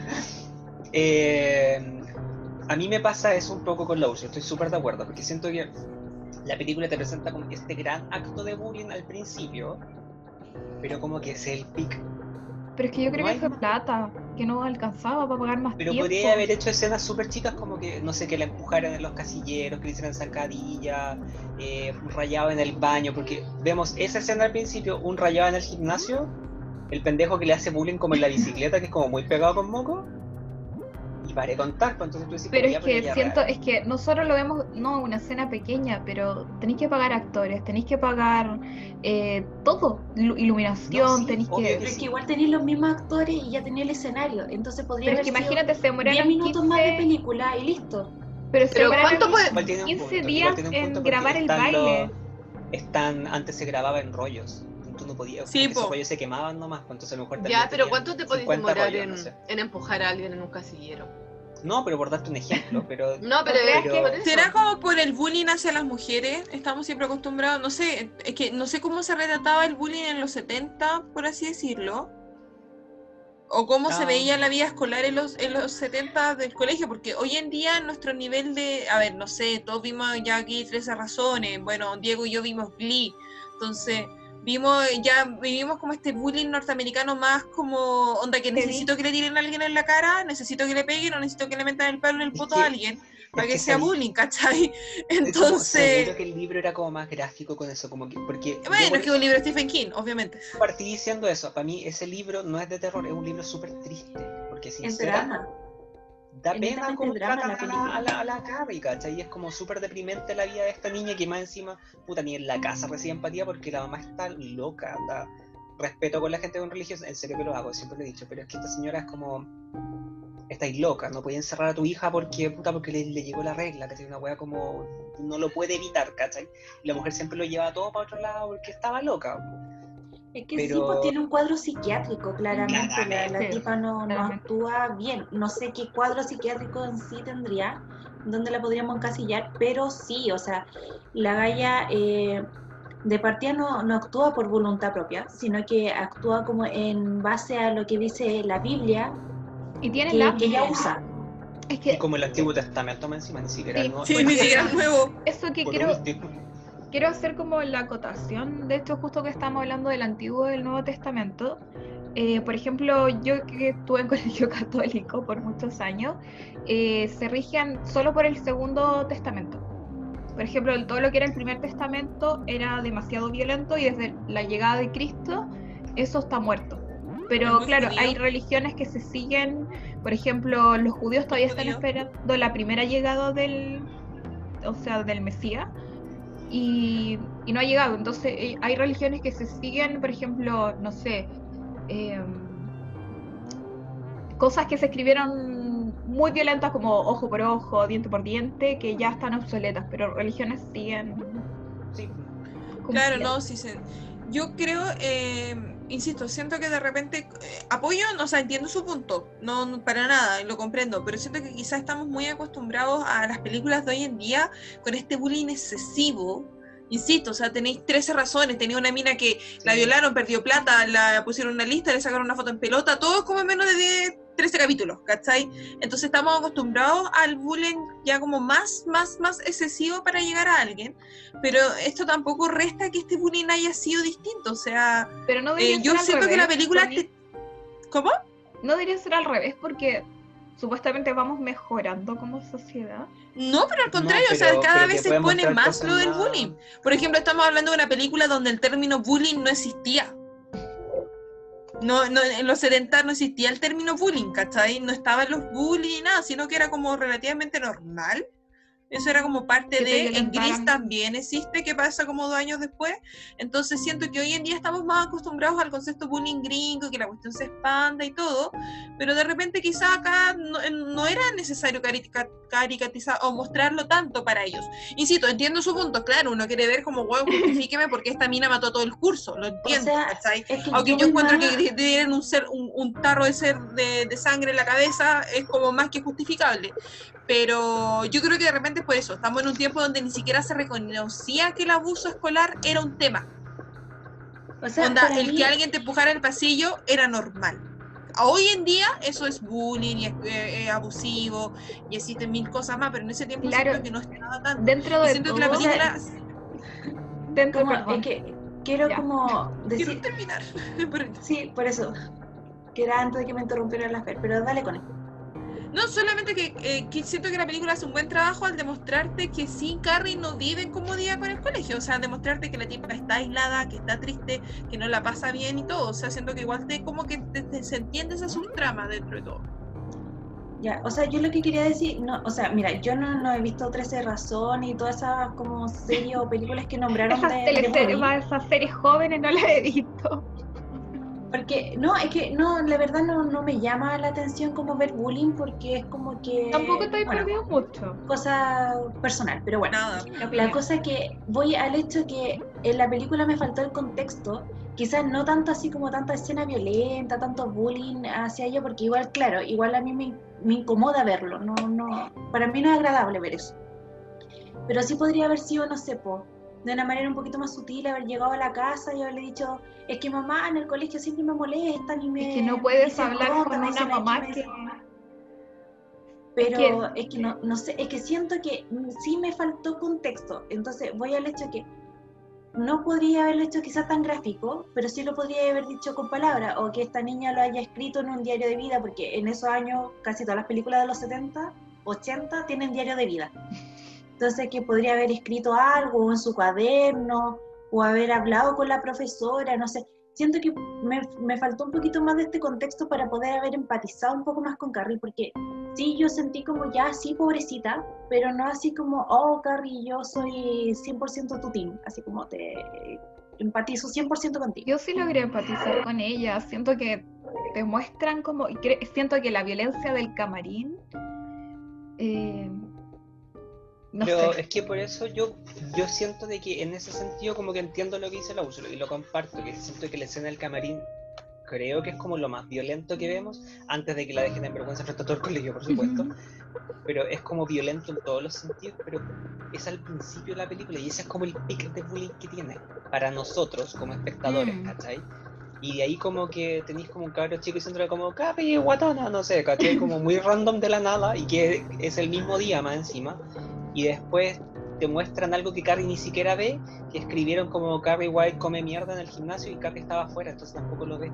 A mí me pasa eso un poco con Lowe's, estoy súper de acuerdo, porque siento que la película te presenta como este gran acto de bullying al principio, pero como que es el pic. pero es que yo creo No que hay fue más. plata, que no alcanzaba para pagar más Pero tiempo. podría haber hecho escenas súper chicas como que, no sé, que la empujaran en los casilleros, que le hicieran zancadilla, rayado en el baño, porque vemos esa escena al principio, un rayado en el gimnasio, el pendejo que le hace bullying como en la bicicleta, que es como muy pegado con moco, y paré de contar, pues entonces tú decís, Pero ya, es que ya siento, real. es que nosotros lo vemos, no una escena pequeña, pero tenéis que pagar actores, tenéis que pagar todo, iluminación, No, sí, tenéis obvio que... que Pero es sí. que igual tenéis los mismos actores y ya tenía el escenario, entonces podría Pero es haber que sido imagínate, se 10 demoraron minutos más de 15, película y listo. pero se Pero demoraron ¿cuánto puede? Igual tiene un 15 punto, días igual tiene un punto en porque grabar el están baile. antes se grababa en rollos. Tú no podías, Sí, porque esos po. rollos se quemaban nomás, pues entonces a lo mejor Ya, también pero tenían ¿cuánto te podéis 50 demorar rollos, no sé. en empujar a alguien en un casillero? No, pero por darte un ejemplo, pero... No, pero ¿Crees es que- por eso. ¿Será como por el bullying hacia las mujeres? Estamos siempre acostumbrados, no sé, es que no sé cómo se retrataba el bullying en los 70, por así decirlo, o cómo se veía la vida escolar en los 70 del colegio, porque hoy en día nuestro nivel de, a ver, no sé, todos vimos ya aquí 13 razones, bueno, Diego y yo vimos Glee, entonces vivimos como este bullying norteamericano más como onda que necesito que le tiren a alguien en la cara, necesito que le peguen o necesito que le metan el palo en el poto a alguien para que sea bullying, ¿cachai? Entonces, seguro que el libro era como más gráfico con eso, como que, porque bueno, es que es un libro de Stephen King, obviamente. partí diciendo eso, para mí ese libro no es de terror, es un libro súper triste, porque Es sinceramente drama. da Es pena netamente como drama tratan la película. a la Carrie, ¿cachai? Y es como súper deprimente la vida de esta niña que más encima, puta, ni en la casa recibe empatía porque la mamá está loca, anda. Respeto con la gente con religiosa, en serio que lo hago, siempre lo he dicho, pero es que esta señora es como, estáis loca, no podéis encerrar a tu hija porque, puta, porque le llegó la regla, ¿cachai? Una wea como, no lo puede evitar, ¿cachai? Y la mujer siempre lo lleva todo para otro lado porque estaba loca. Es que Pero- sí, pues tiene un cuadro psiquiátrico, claramente. La Sí, tipa no claramente. actúa bien. No sé qué cuadro psiquiátrico en sí tendría, dónde la podríamos encasillar, pero sí, o sea, la galla de partida no actúa por voluntad propia, sino que actúa como en base a lo que dice la Biblia Y tiene que lapsos. ella usa. Es Y que como el Antiguo Testamento más encima, ni siquiera Sí, el Nuevo. Sí, porque ni siquiera es nuevo. eso que Por quiero último. hacer como la acotación, de hecho justo que estamos hablando del Antiguo y del Nuevo Testamento, por ejemplo, yo que estuve en colegio católico por muchos años, se rigen solo por el Segundo Testamento. Por ejemplo, todo lo que era el Primer Testamento era demasiado violento y desde la llegada de Cristo eso está muerto. Es Pero muy claro, judío. hay religiones que se siguen, por ejemplo, los judíos todavía están Judío. esperando la primera llegada del Mesías y no ha llegado. Entonces hay religiones que se siguen, por ejemplo, no sé, cosas que se escribieron muy violentas como ojo por ojo, diente por diente, que ya están obsoletas, pero religiones siguen Sí. Claro, cumpliendo. no, sí se... Yo creo, insisto, siento que de repente apoyo, o sea, entiendo su punto, no para nada, lo comprendo, pero siento que quizás estamos muy acostumbrados a las películas de hoy en día con este bullying excesivo. Insisto, o sea, tenéis 13 razones, tenía una mina que la violaron, perdió plata, la pusieron en una lista, le sacaron una foto en pelota, todo como en menos de 10, 13 capítulos, ¿cachai? Entonces estamos acostumbrados al bullying ya como más excesivo para llegar a alguien, pero esto tampoco resta que este bullying haya sido distinto, o sea, Pero no debería yo ser al siento que la revés, película... Connie. ¿Cómo? No debería ser al revés porque supuestamente vamos mejorando como sociedad. No, pero al contrario, No, o sea, pero cada te vez se puede expone mostrar más cosas lo del más- bullying. Por ejemplo, estamos hablando de una película donde el término bullying no existía. No, en los 70 no existía el término bullying, ¿cachai? No estaban los bullying ni nada, sino que era como relativamente normal. Eso era como parte Que te de... En violentaran. Gris también existe, que pasa como 2 años después. Entonces siento que hoy en día estamos más acostumbrados al concepto bullying gringo, que la cuestión se expanda y todo, pero de repente quizá acá no era necesario caricaturizar o mostrarlo tanto para ellos. Insisto, entiendo su punto, claro, uno quiere ver como, wow, justifíqueme porque esta mina mató todo el curso, lo entiendo, sea, ¿cachai? es que Aunque yo voy encuentro más- que tienen un tarro de sangre en la cabeza, es como más que justificable. Pero yo creo que de repente es por eso, estamos en un tiempo donde ni siquiera se reconocía que el abuso escolar era un tema. O sea, Onda, para el mí, que alguien te empujara en el pasillo era normal. Hoy en día eso es bullying y es abusivo y existen 1000 cosas más, pero en ese tiempo Claro, siento que no estaba tanto. dentro Y de siento que la todo, película... dentro, como, perdón, es que quiero Ya. como Quiero decir, terminar. Pero- sí, por eso, que era antes de que me interrumpiera la Fer, pero dale con él. No, solamente que siento que la película hace un buen trabajo al demostrarte que sí, Carrie no vive en comodidad con el colegio, o sea, demostrarte que la tipa está aislada, que está triste, que no la pasa bien y todo, o sea, siento que igual como que se entiende esa subtrama dentro de todo. Ya, o sea, yo lo que quería decir, no, o sea, mira, yo no he visto 13 razones y todas esas como series o películas que nombraron esas de teleseries, bullying, esas series jóvenes no las he visto. porque no, es que no, la verdad no me llama la atención como ver bullying porque es como que, Tampoco estoy bueno, perdido mucho. cosa personal, pero bueno. Nada. La La opinión. cosa que voy al hecho que en la película me faltó el contexto, quizás no tanto así como tanta escena violenta, tanto bullying hacia ella, porque igual, claro, igual a mí me incomoda verlo, para mí no es agradable ver eso. Pero sí podría haber sido, no sé, de una manera un poquito más sutil, haber llegado a la casa y haberle dicho, es que mamá en el colegio siempre me molestan y me... Es que no puedes dicen hablar cosas, con me una dicen aquí, mamá me que... dicen- Pero es que no sé, es que siento que sí me faltó contexto. Entonces voy al hecho que no podría haberlo hecho quizás tan gráfico, pero sí lo podría haber dicho con palabras, o que esta niña lo haya escrito en un diario de vida, porque en esos años casi todas las películas de los 70, 80 tienen diario de vida. Entonces que podría haber escrito algo en su cuaderno, o haber hablado con la profesora, no sé. Siento que me faltó un poquito más de este contexto para poder haber empatizado un poco más con Carrie, porque sí, yo sentí como ya, sí, pobrecita, pero no así como, oh, Carrie, yo soy 100% tu team, así como te empatizo 100% contigo. Yo sí logré empatizar con ella. Siento que te muestran como... siento que la violencia del camarín... no Pero sé. es que por eso yo siento de que en ese sentido como que entiendo lo que dice la Úrsula y lo comparto, que siento que la escena del camarín creo que es como lo más violento que vemos, antes de que la dejen en vergüenza frente a todo el colegio, por supuesto. Pero es como violento en todos los sentidos, pero es al principio de la película y ese es como el pic de bullying que tiene para nosotros como espectadores, ¿cachai? Y de ahí como que tenéis como un cabro chico diciéndole como Capi, guatona, no sé, ¿cachai? Como muy random de la nada y que es el mismo día más encima. Y después te muestran algo que Carrie ni siquiera ve, que escribieron como Carrie White come mierda en el gimnasio y Carrie estaba afuera, entonces tampoco lo ve.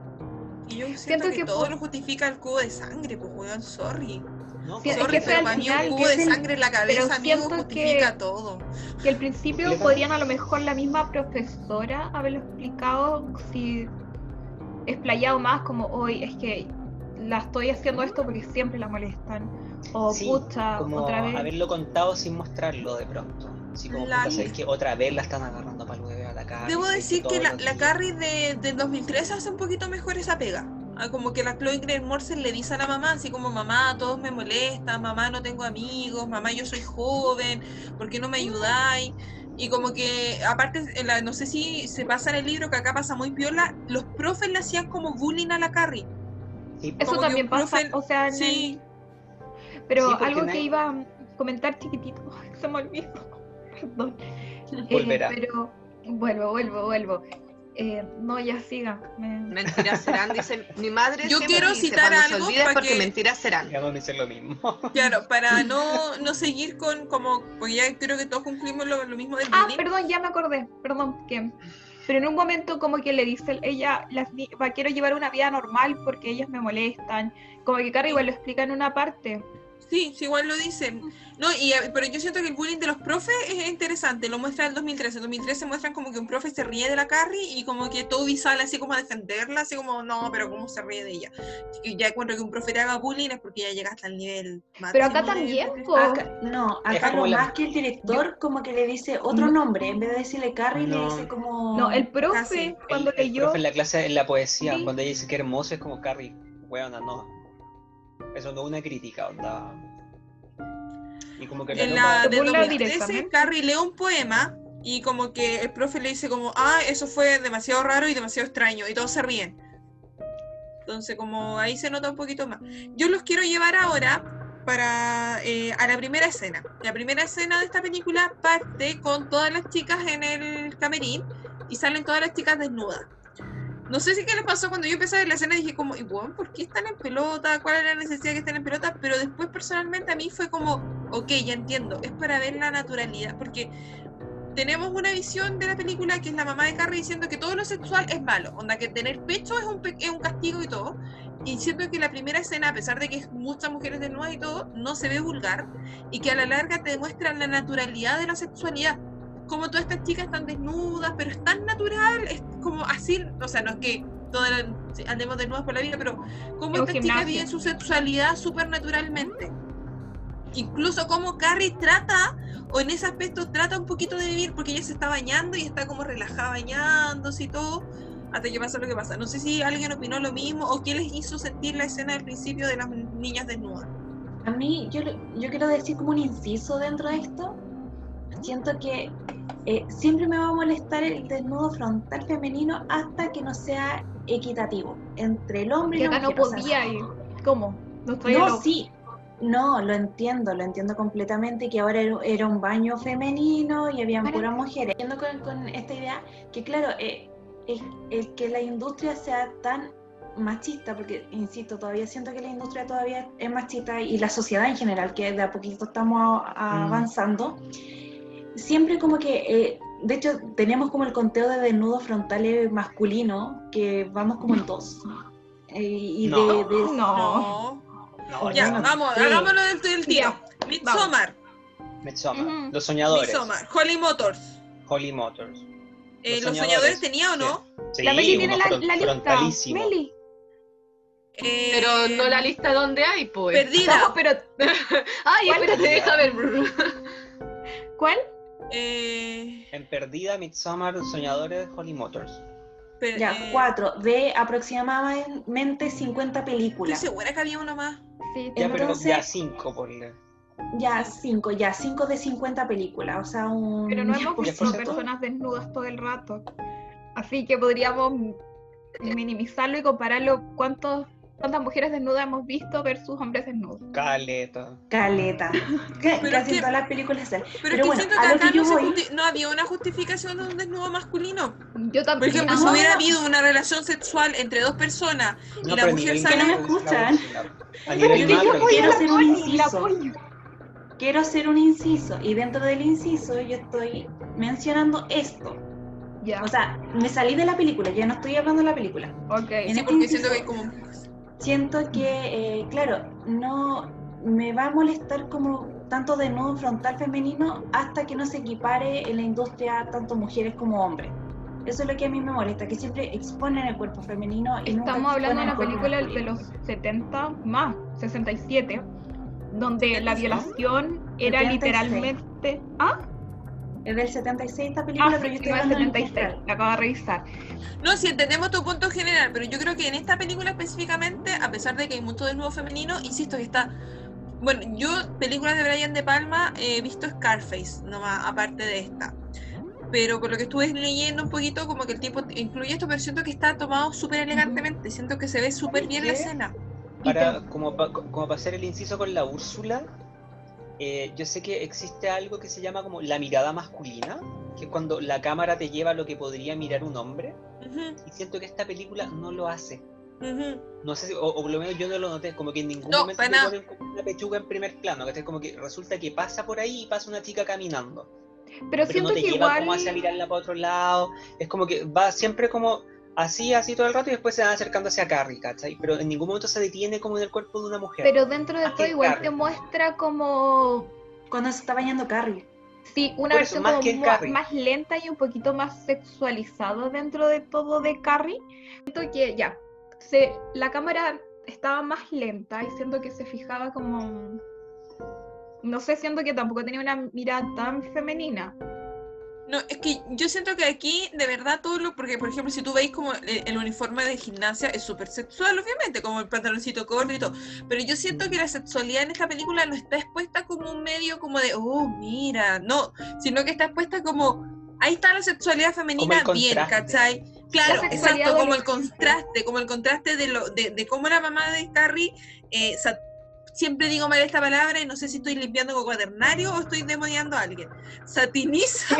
Y yo siento que todo por... lo justifica el cubo de sangre, pues weón, sorry. No, Sí, es Sorry, que ese pero al para mí un final, cubo de sangre en la cabeza, pero amigo, siento justifica todo. que al principio podrían a lo mejor la misma profesora haberlo explicado, si explayado más como hoy, es que la estoy haciendo esto porque siempre la molestan. O sí, pucha, como otra vez. haberlo contado sin mostrarlo de pronto. Así como, puta, ¿sabéis que otra vez la están agarrando para el huevo a la Carrie? Debo decir que la días... Carrie del 2013 hace un poquito mejor esa pega. Como que la Chloe Grace Moretz le dice a la mamá, así como, mamá, todos me molestan, mamá, no tengo amigos, mamá, yo soy joven, ¿por qué no me ayudáis? Y como que, aparte, no sé si se pasa en el libro, que acá pasa muy piola, los profes le hacían como bullying a la Carrie. Sí, Eso como también que un profe, pasa, o sea, sí. Pero sí, algo que iba a comentar chiquitito, se me olvidó, perdón. Volverá. Pero vuelvo. No, ya siga. Mentiras serán, dice mi madre. Yo siempre quiero dice, citar cuando se algo olvida es para porque que... mentiras serán. Ya vamos a decir lo mismo. Claro, para no seguir con como, porque ya creo que todos concluimos lo mismo del bullying. Perdón, ya me acordé, pero en un momento como que le dice ella, quiero llevar una vida normal porque ellas me molestan, como que Carrie igual lo explica en una parte. Sí, igual lo dicen. No, pero yo siento que el bullying de los profes es interesante, lo muestra el 2013. En 2013 muestran como que un profe se ríe de la Carrie y como que Toby sale así como a defenderla, así como, no, pero ¿cómo se ríe de ella? Y ya encuentro que un profe le haga bullying es porque ya llega hasta el nivel máximo. Pero acá también, acá lo más que el director como que le dice otro nombre, en vez de decirle Carrie le dice como... No, el profe, cuando el leyó... profe en la clase, en la poesía, sí. cuando ella dice que hermoso, es como Carrie, weona, no. Eso no es una crítica, onda. Y como que en la del 2013, Carrie lee un poema y como que el profe le dice como, eso fue demasiado raro y demasiado extraño, y todos se ríen. Entonces como ahí se nota un poquito más. Yo los quiero llevar ahora a la primera escena. La primera escena de esta película parte con todas las chicas en el camerín y salen todas las chicas desnudas. No sé si qué les pasó cuando yo empecé a ver la escena, dije como, ¿y bueno, por qué están en pelota? ¿Cuál es la necesidad de que estén en pelota? Pero después personalmente a mí fue como, ok, ya entiendo, es para ver la naturalidad, porque tenemos una visión de la película que es la mamá de Carrie diciendo que todo lo sexual es malo, onda que tener pecho es un castigo y todo, y siento que la primera escena, a pesar de que es muchas mujeres desnudas y todo, no se ve vulgar, y que a la larga te demuestran la naturalidad de la sexualidad. Como todas estas chicas están desnudas, pero es tan natural, es como así, o sea, no es que todas andemos desnudas por la vida, pero como estas chicas viven su sexualidad súper naturalmente. Incluso como Carrie trata, o en ese aspecto trata un poquito de vivir, porque ella se está bañando y está como relajada bañándose y todo, hasta que pasa lo que pasa. No sé si alguien opinó lo mismo, o qué les hizo sentir la escena del principio de las niñas desnudas. A mí, yo quiero decir como un inciso dentro de esto. Siento que siempre me va a molestar el desnudo frontal femenino hasta que no sea equitativo entre el hombre y la mujer. Acá no podía ir. ¿Cómo? No estoy No, loca. sí. No, lo entiendo completamente que ahora era un baño femenino y habían Para- puras mujeres. Yendo con esta idea que, claro, el que la industria sea tan machista, porque, insisto, todavía siento que la industria todavía es machista y la sociedad en general, que de a poquito estamos avanzando, siempre como que, de hecho, tenemos como el conteo de desnudos frontales masculinos, que vamos como en 2. Y No. No. No, Ya, no. vamos, Sí. hagámoslo del tiro. Ya, Midsommar, Midsommar. Ujú. Los soñadores. Midsommar, Holly Motors. Holly Motors. ¿Los soñadores tenía o no? Sí, La Meli uno tiene la lista. frontalísimo. Meli. Pero no la lista donde hay, pues. Perdida. No, pero Ay, ¿Cuál? espérate, deja ver. ¿cuál? En Perdida, Midsommar, Los soñadores, Holly Motors. Ya, 4, de aproximadamente 50 Estoy películas. segura que había uno más. Sí, Ya, pero Entonces- ya 5 ponle. Ya 5 de 50 películas, o sea, un pero no hemos visto 10%. personas desnudas todo el rato. Así que podríamos minimizarlo y compararlo cuántas mujeres desnudas hemos visto versus hombres desnudos. Caleta. caleta. Pero Casi es que- en todas las películas salen. Pero, Pero es que bueno, siento a que lo acá que yo voy, no había una justificación de un desnudo masculino. Yo Por tampoco. ejemplo, si no, hubiera no. habido una relación sexual entre dos personas y la pero a mujer nivel sale... Que no me macro, escuchan. dice la Úrsula. A Pero nivel es que yo macro, quiero dice hacer un la inciso. apoyo. Quiero hacer un inciso y dentro del inciso yo estoy mencionando esto. Ya, O sea, me salí de la película, ya no estoy hablando de la película. ok. en Sí, este porque siento inciso- que hay como... Siento que, claro, no me va a molestar como tanto desnudo frontal femenino hasta que no se equipare en la industria tanto mujeres como hombres. Eso es lo que a mí me molesta, que siempre exponen el cuerpo femenino y nunca Estamos hablando de exponen el una cuerpo película de masculino. los 70 más, 67, donde la 76, violación era 76. literalmente... ¿Ah? Es del 76 esta película, pero yo estoy hablando en 76, general. la acabo de revisar. No, sí entendemos tu punto general, pero yo creo que en esta película específicamente, a pesar de que hay mucho desnudo femenino, insisto que está... Bueno, yo películas de Brian De Palma he visto Scarface, nomás, aparte de esta. Pero por lo que estuve leyendo un poquito, como que el tipo incluye esto, pero siento que está tomado súper elegantemente, siento que se ve súper bien la ¿Qué? escena. como para hacer el inciso con la Úrsula, yo sé que existe algo que se llama como la mirada masculina, que es cuando la cámara te lleva a lo que podría mirar un hombre, Ujú, y siento que esta película no lo hace. ujú. No sé si, o por lo menos yo no lo noté, como que en ningún No, momento para te nada. ponen como una pechuga en primer plano, que es como que resulta que pasa por ahí y pasa una chica caminando, Pero pero siento no te que lleva igual... como hacia mirarla para otro lado, es como que va siempre como así todo el rato y después se van acercando hacia Carrie, ¿cachai? Pero en ningún momento se detiene como en el cuerpo de una mujer. Pero dentro de Más todo que igual Carrie. te muestra como... Cuando se está bañando Carrie. Sí, una Por eso, versión más como que en Carrie. más lenta y un poquito más sexualizada dentro de todo de Carrie. Siento que ya, la cámara estaba más lenta y siento que se fijaba como... No sé, siento que tampoco tenía una mirada tan femenina. No, es que yo siento que aquí, de verdad, todo lo... Porque, por ejemplo, si tú veis como el uniforme de gimnasia es súper sexual, obviamente, como el pantaloncito corto y todo. Pero yo siento que la sexualidad en esta película no está expuesta como un medio como de, oh, mira, no. Sino que está expuesta como... Ahí está la sexualidad femenina Como el bien, contraste. ¿cachai? Claro, La sexualidad exacto, como el adolescente. contraste de cómo la mamá de Carrie... siempre digo mal esta palabra y no sé si estoy limpiando con cuaternario o estoy demoniando a alguien. Satiniza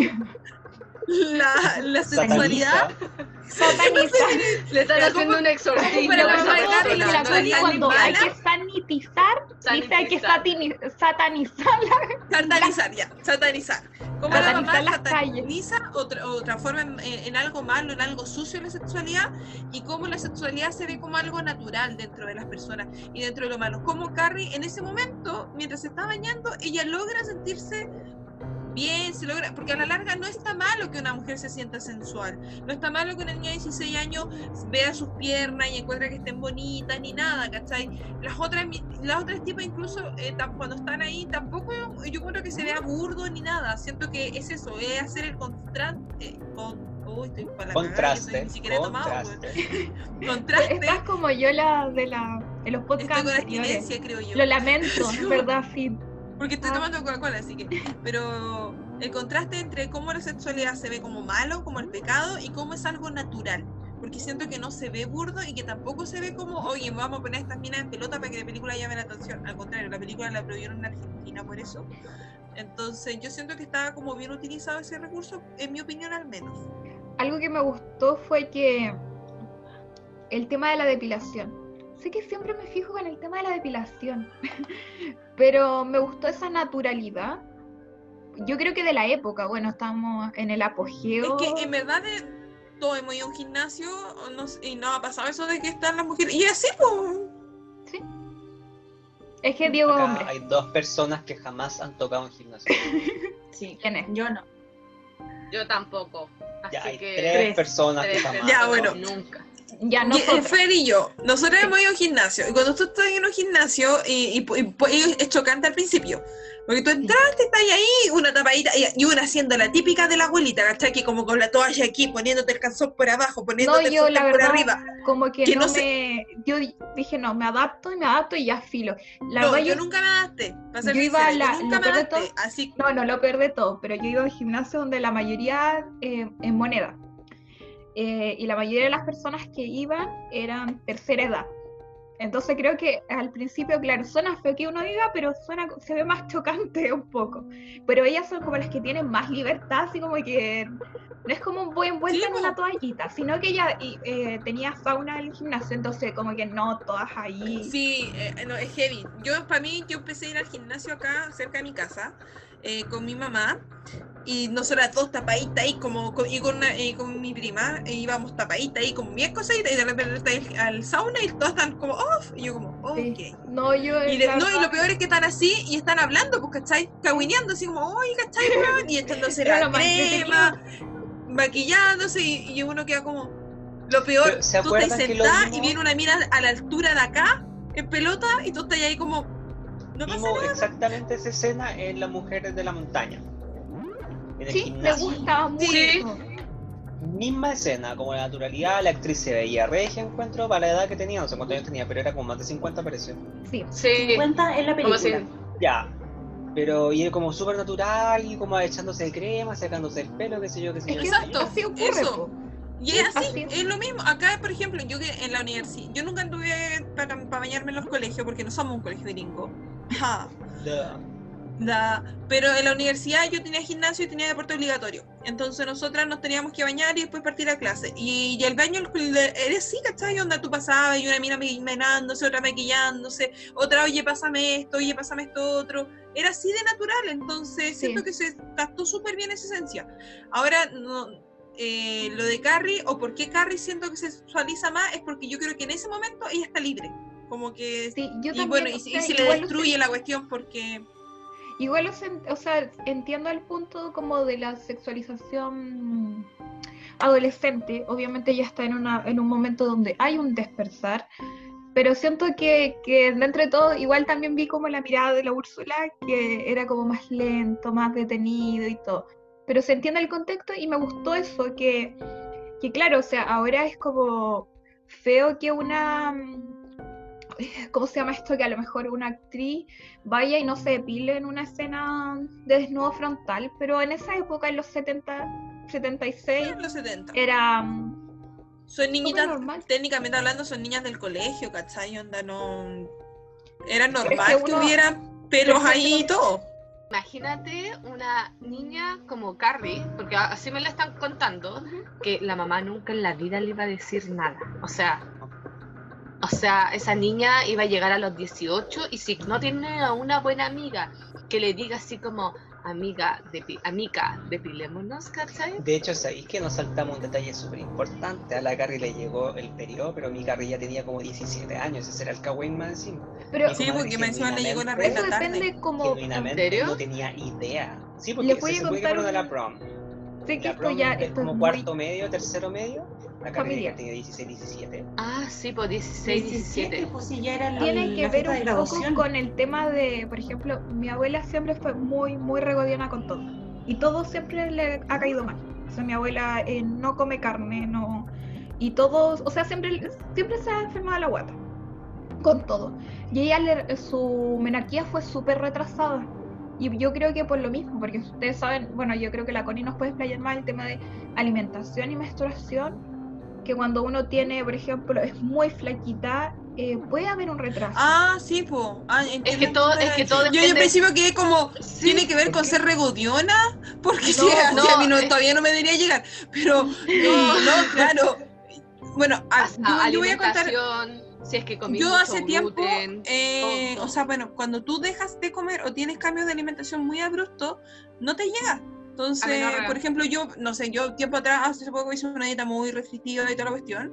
la sexualidad. Sataniza. Le están Ya, haciendo ¿cómo- un exorcismo. cómo Pero la a mamá esa de pasa Carrie es persona. que la no Connie es cuando hay mala. que sanitizar, dice hay que satanizar Satanizar. Como la Satanizar mamá las sataniza o transforma en algo malo, en algo sucio la sexualidad, y cómo la sexualidad se ve como algo natural dentro de las personas y dentro de lo humano. Como Carrie en ese momento, mientras se está bañando, ella logra sentirse bien, se logra, porque a la larga no está malo que una mujer se sienta sensual, no está malo que una niña de 16 años vea sus piernas y encuentre que estén bonitas ni nada, ¿cachai? Las otras tipas incluso cuando están ahí tampoco yo creo que se vea burdo ni nada, siento que es eso, es hacer el contraste, estoy para la cagada, yo Contraste, ni siquiera he tomado, contraste. contraste, Estás como yo en los podcasts estoy con anteriores. abstinencia creo yo. Lo lamento, Sí. ¿verdad? Sí. Porque estoy tomando Coca-Cola, así que... Pero el contraste entre cómo la sexualidad se ve como malo, como el pecado, y cómo es algo natural. porque siento que no se ve burdo y que tampoco se ve como, oye, vamos a poner a estas minas en pelota para que la película llame la atención. Al contrario, la película la prohibieron en Argentina por eso. Entonces yo siento que estaba como bien utilizado ese recurso, en mi opinión al menos. Algo que me gustó fue que el tema de la depilación. Sé que siempre me fijo con el tema de la depilación, pero me gustó esa naturalidad. Yo creo que de la época, bueno, estamos en el apogeo. Es que en verdad todos hemos ido a un gimnasio y no ha pasado eso de que están las mujeres. Y así, pues. Sí. Es que Diego Acá hombre. hay 2 personas que jamás han tocado un gimnasio. Sí, ¿Quién es? yo no. Yo tampoco. Así Ya hay que 3 personas que jamás. Ya, han bueno. tocado. Nunca. Ya no. Fer y yo, nosotros hemos ido a un gimnasio. Y cuando tú estás en un gimnasio, y es chocante al principio. Porque tú entraste, estás ahí, una tapadita, y una haciendo la típica de la abuelita, ¿cachai? Que como con la toalla aquí, poniéndote el calzón por abajo, poniéndote el yo suéter la por verdad, arriba. como que Que no no me... Yo dije, no, me adapto y ya filo. La No, verdad, yo nunca me adapté, para ser yo iba sincera, a yo nunca lo me peor de adapté, todo, así. no, lo peor de todo, pero yo iba al gimnasio donde la mayoría en moneda. Y la mayoría de las personas que iban eran tercera edad. Entonces creo que al principio, claro, suena feo que uno diga, pero se ve más chocante un poco. Pero ellas son como las que tienen más libertad, así como que no es como voy envuelta en una toallita, sino que ella tenía sauna en el gimnasio, entonces como que no todas ahí. Sí, no, es heavy. Yo empecé a ir al gimnasio acá, cerca de mi casa, con mi mamá, y nosotras dos tapaditas ahí, con mi prima, íbamos tapaditas ahí, como bien cositas, y de repente al sauna y todas están como off, y yo como, ok. Sí. No, yo Y lo peor es que están así y están hablando, pues, ¿cachai? Cagüineando, así como, oye, ¿cachai, weón? Y echándose la crema, maquillándose, y uno queda como, lo peor, tú estás sentada y viene una mina a la altura de acá, en pelota, y tú estás ahí como, no pasa nada. Exactamente esa escena en Las Mujeres de la Montaña. En el sí, gimnasio. me gustaba mucho. Sí. Misma escena, como la naturalidad, la actriz se veía regia, encuentro, para la edad que tenía, no sé cuántos años tenía, pero era como más de 50 pareció. Sí. Sí. 50 en la Como película. si- Ya, pero y era como súper natural, y como echándose crema, sacándose el pelo, qué sé yo, qué sé yo. Exacto. Así ocurre, Eso. po. Y es así, Así es. es lo mismo. Acá, por ejemplo, yo que en la universidad, yo nunca anduve para bañarme en los colegios porque no somos un colegio gringo. Ajá. Pero en la universidad yo tenía gimnasio y tenía deporte obligatorio. Entonces nosotras nos teníamos que bañar y después partir a clase. Y el baño era así, ¿cachai? Onda tú pasabas y una mina menándose, otra maquillándose, otra, oye, pásame esto otro. Era así de natural, entonces Sí. siento que se captó súper bien esa esencia. Ahora, no, lo de Carrie, o por qué Carrie siento que se sexualiza más, es porque yo creo que en ese momento ella está libre. Como que... Sí, yo y también, bueno, o y sea, se le igual destruye la cuestión porque... Igual, o sea, entiendo el punto como de la sexualización adolescente. Obviamente ya está en un momento donde hay un dispersar, pero siento que dentro de todo igual también vi como la mirada de la Úrsula, que era como más lento, más detenido y todo. Pero se entiende el contexto y me gustó eso, que claro, o sea, ahora es como feo que una... ¿Cómo se llama esto? Que a lo mejor una actriz vaya y no se depile en una escena de desnudo frontal, pero en esa época, en los 70, 76, en los 70. era Son niñitas, normal. Técnicamente hablando, son niñas del colegio, ¿cachai? Onda, no... Era normal es que que uno- hubiera pelos pero es que ahí y todo. Imagínate una niña como Carrie, porque así me la están contando, que la mamá nunca en la vida le iba a decir nada. O sea, esa niña iba a llegar a los 18 y si no tiene a una buena amiga que le diga así como, amiga, depilémonos, ¿cachai? De hecho, sabéis que nos saltamos un detalle súper importante. A la Carrie le llegó el periodo, pero mi Carrie ya tenía como 17 años. Ese era el cagüín más encima. Pero Sí, porque me encima le llegó la genuinamente- eso regla tarde. depende como... Genuinamente ¿En serio? no tenía idea. Sí, porque Les voy se a supone que contar fueron a la un- prom. Sé que La esto prom ya es esto como es cuarto medio, tercero medio. La Carrie familiar. tenía 16, 17. Ah, sí, pues 16, 17. Pues sí, ya era Tiene que la ver fiesta de un poco graduación. con el tema de, por ejemplo, mi abuela siempre fue muy, muy regodiona con todo. Y todo siempre le ha caído mal. O sea, mi abuela no come carne, no... Y todos, o sea, siempre se ha enfermado de la guata. Con todo. Y ella, su menarquía fue súper retrasada. Y yo creo que por lo mismo, porque ustedes saben, bueno, yo creo que la Connie nos puede explayar más el tema de alimentación y menstruación, que cuando uno tiene, por ejemplo, es muy flaquita, puede haber un retraso. Ah, sí, po. Es que todo Yo en depende. principio que como Sí, tiene que ver ¿por con qué? ser regodiona, porque No, sí, así a mí no, todavía no me debería llegar, pero no, claro. Bueno, yo voy a contar, alimentación, si es que comí yo mucho hace tiempo, gluten, todo. o sea, bueno, cuando tú dejas de comer o tienes cambios de alimentación muy abruptos, no te llega. Entonces, Amenorrea. por ejemplo, yo, no sé, yo tiempo atrás, hace poco hice una dieta muy restrictiva y toda la cuestión,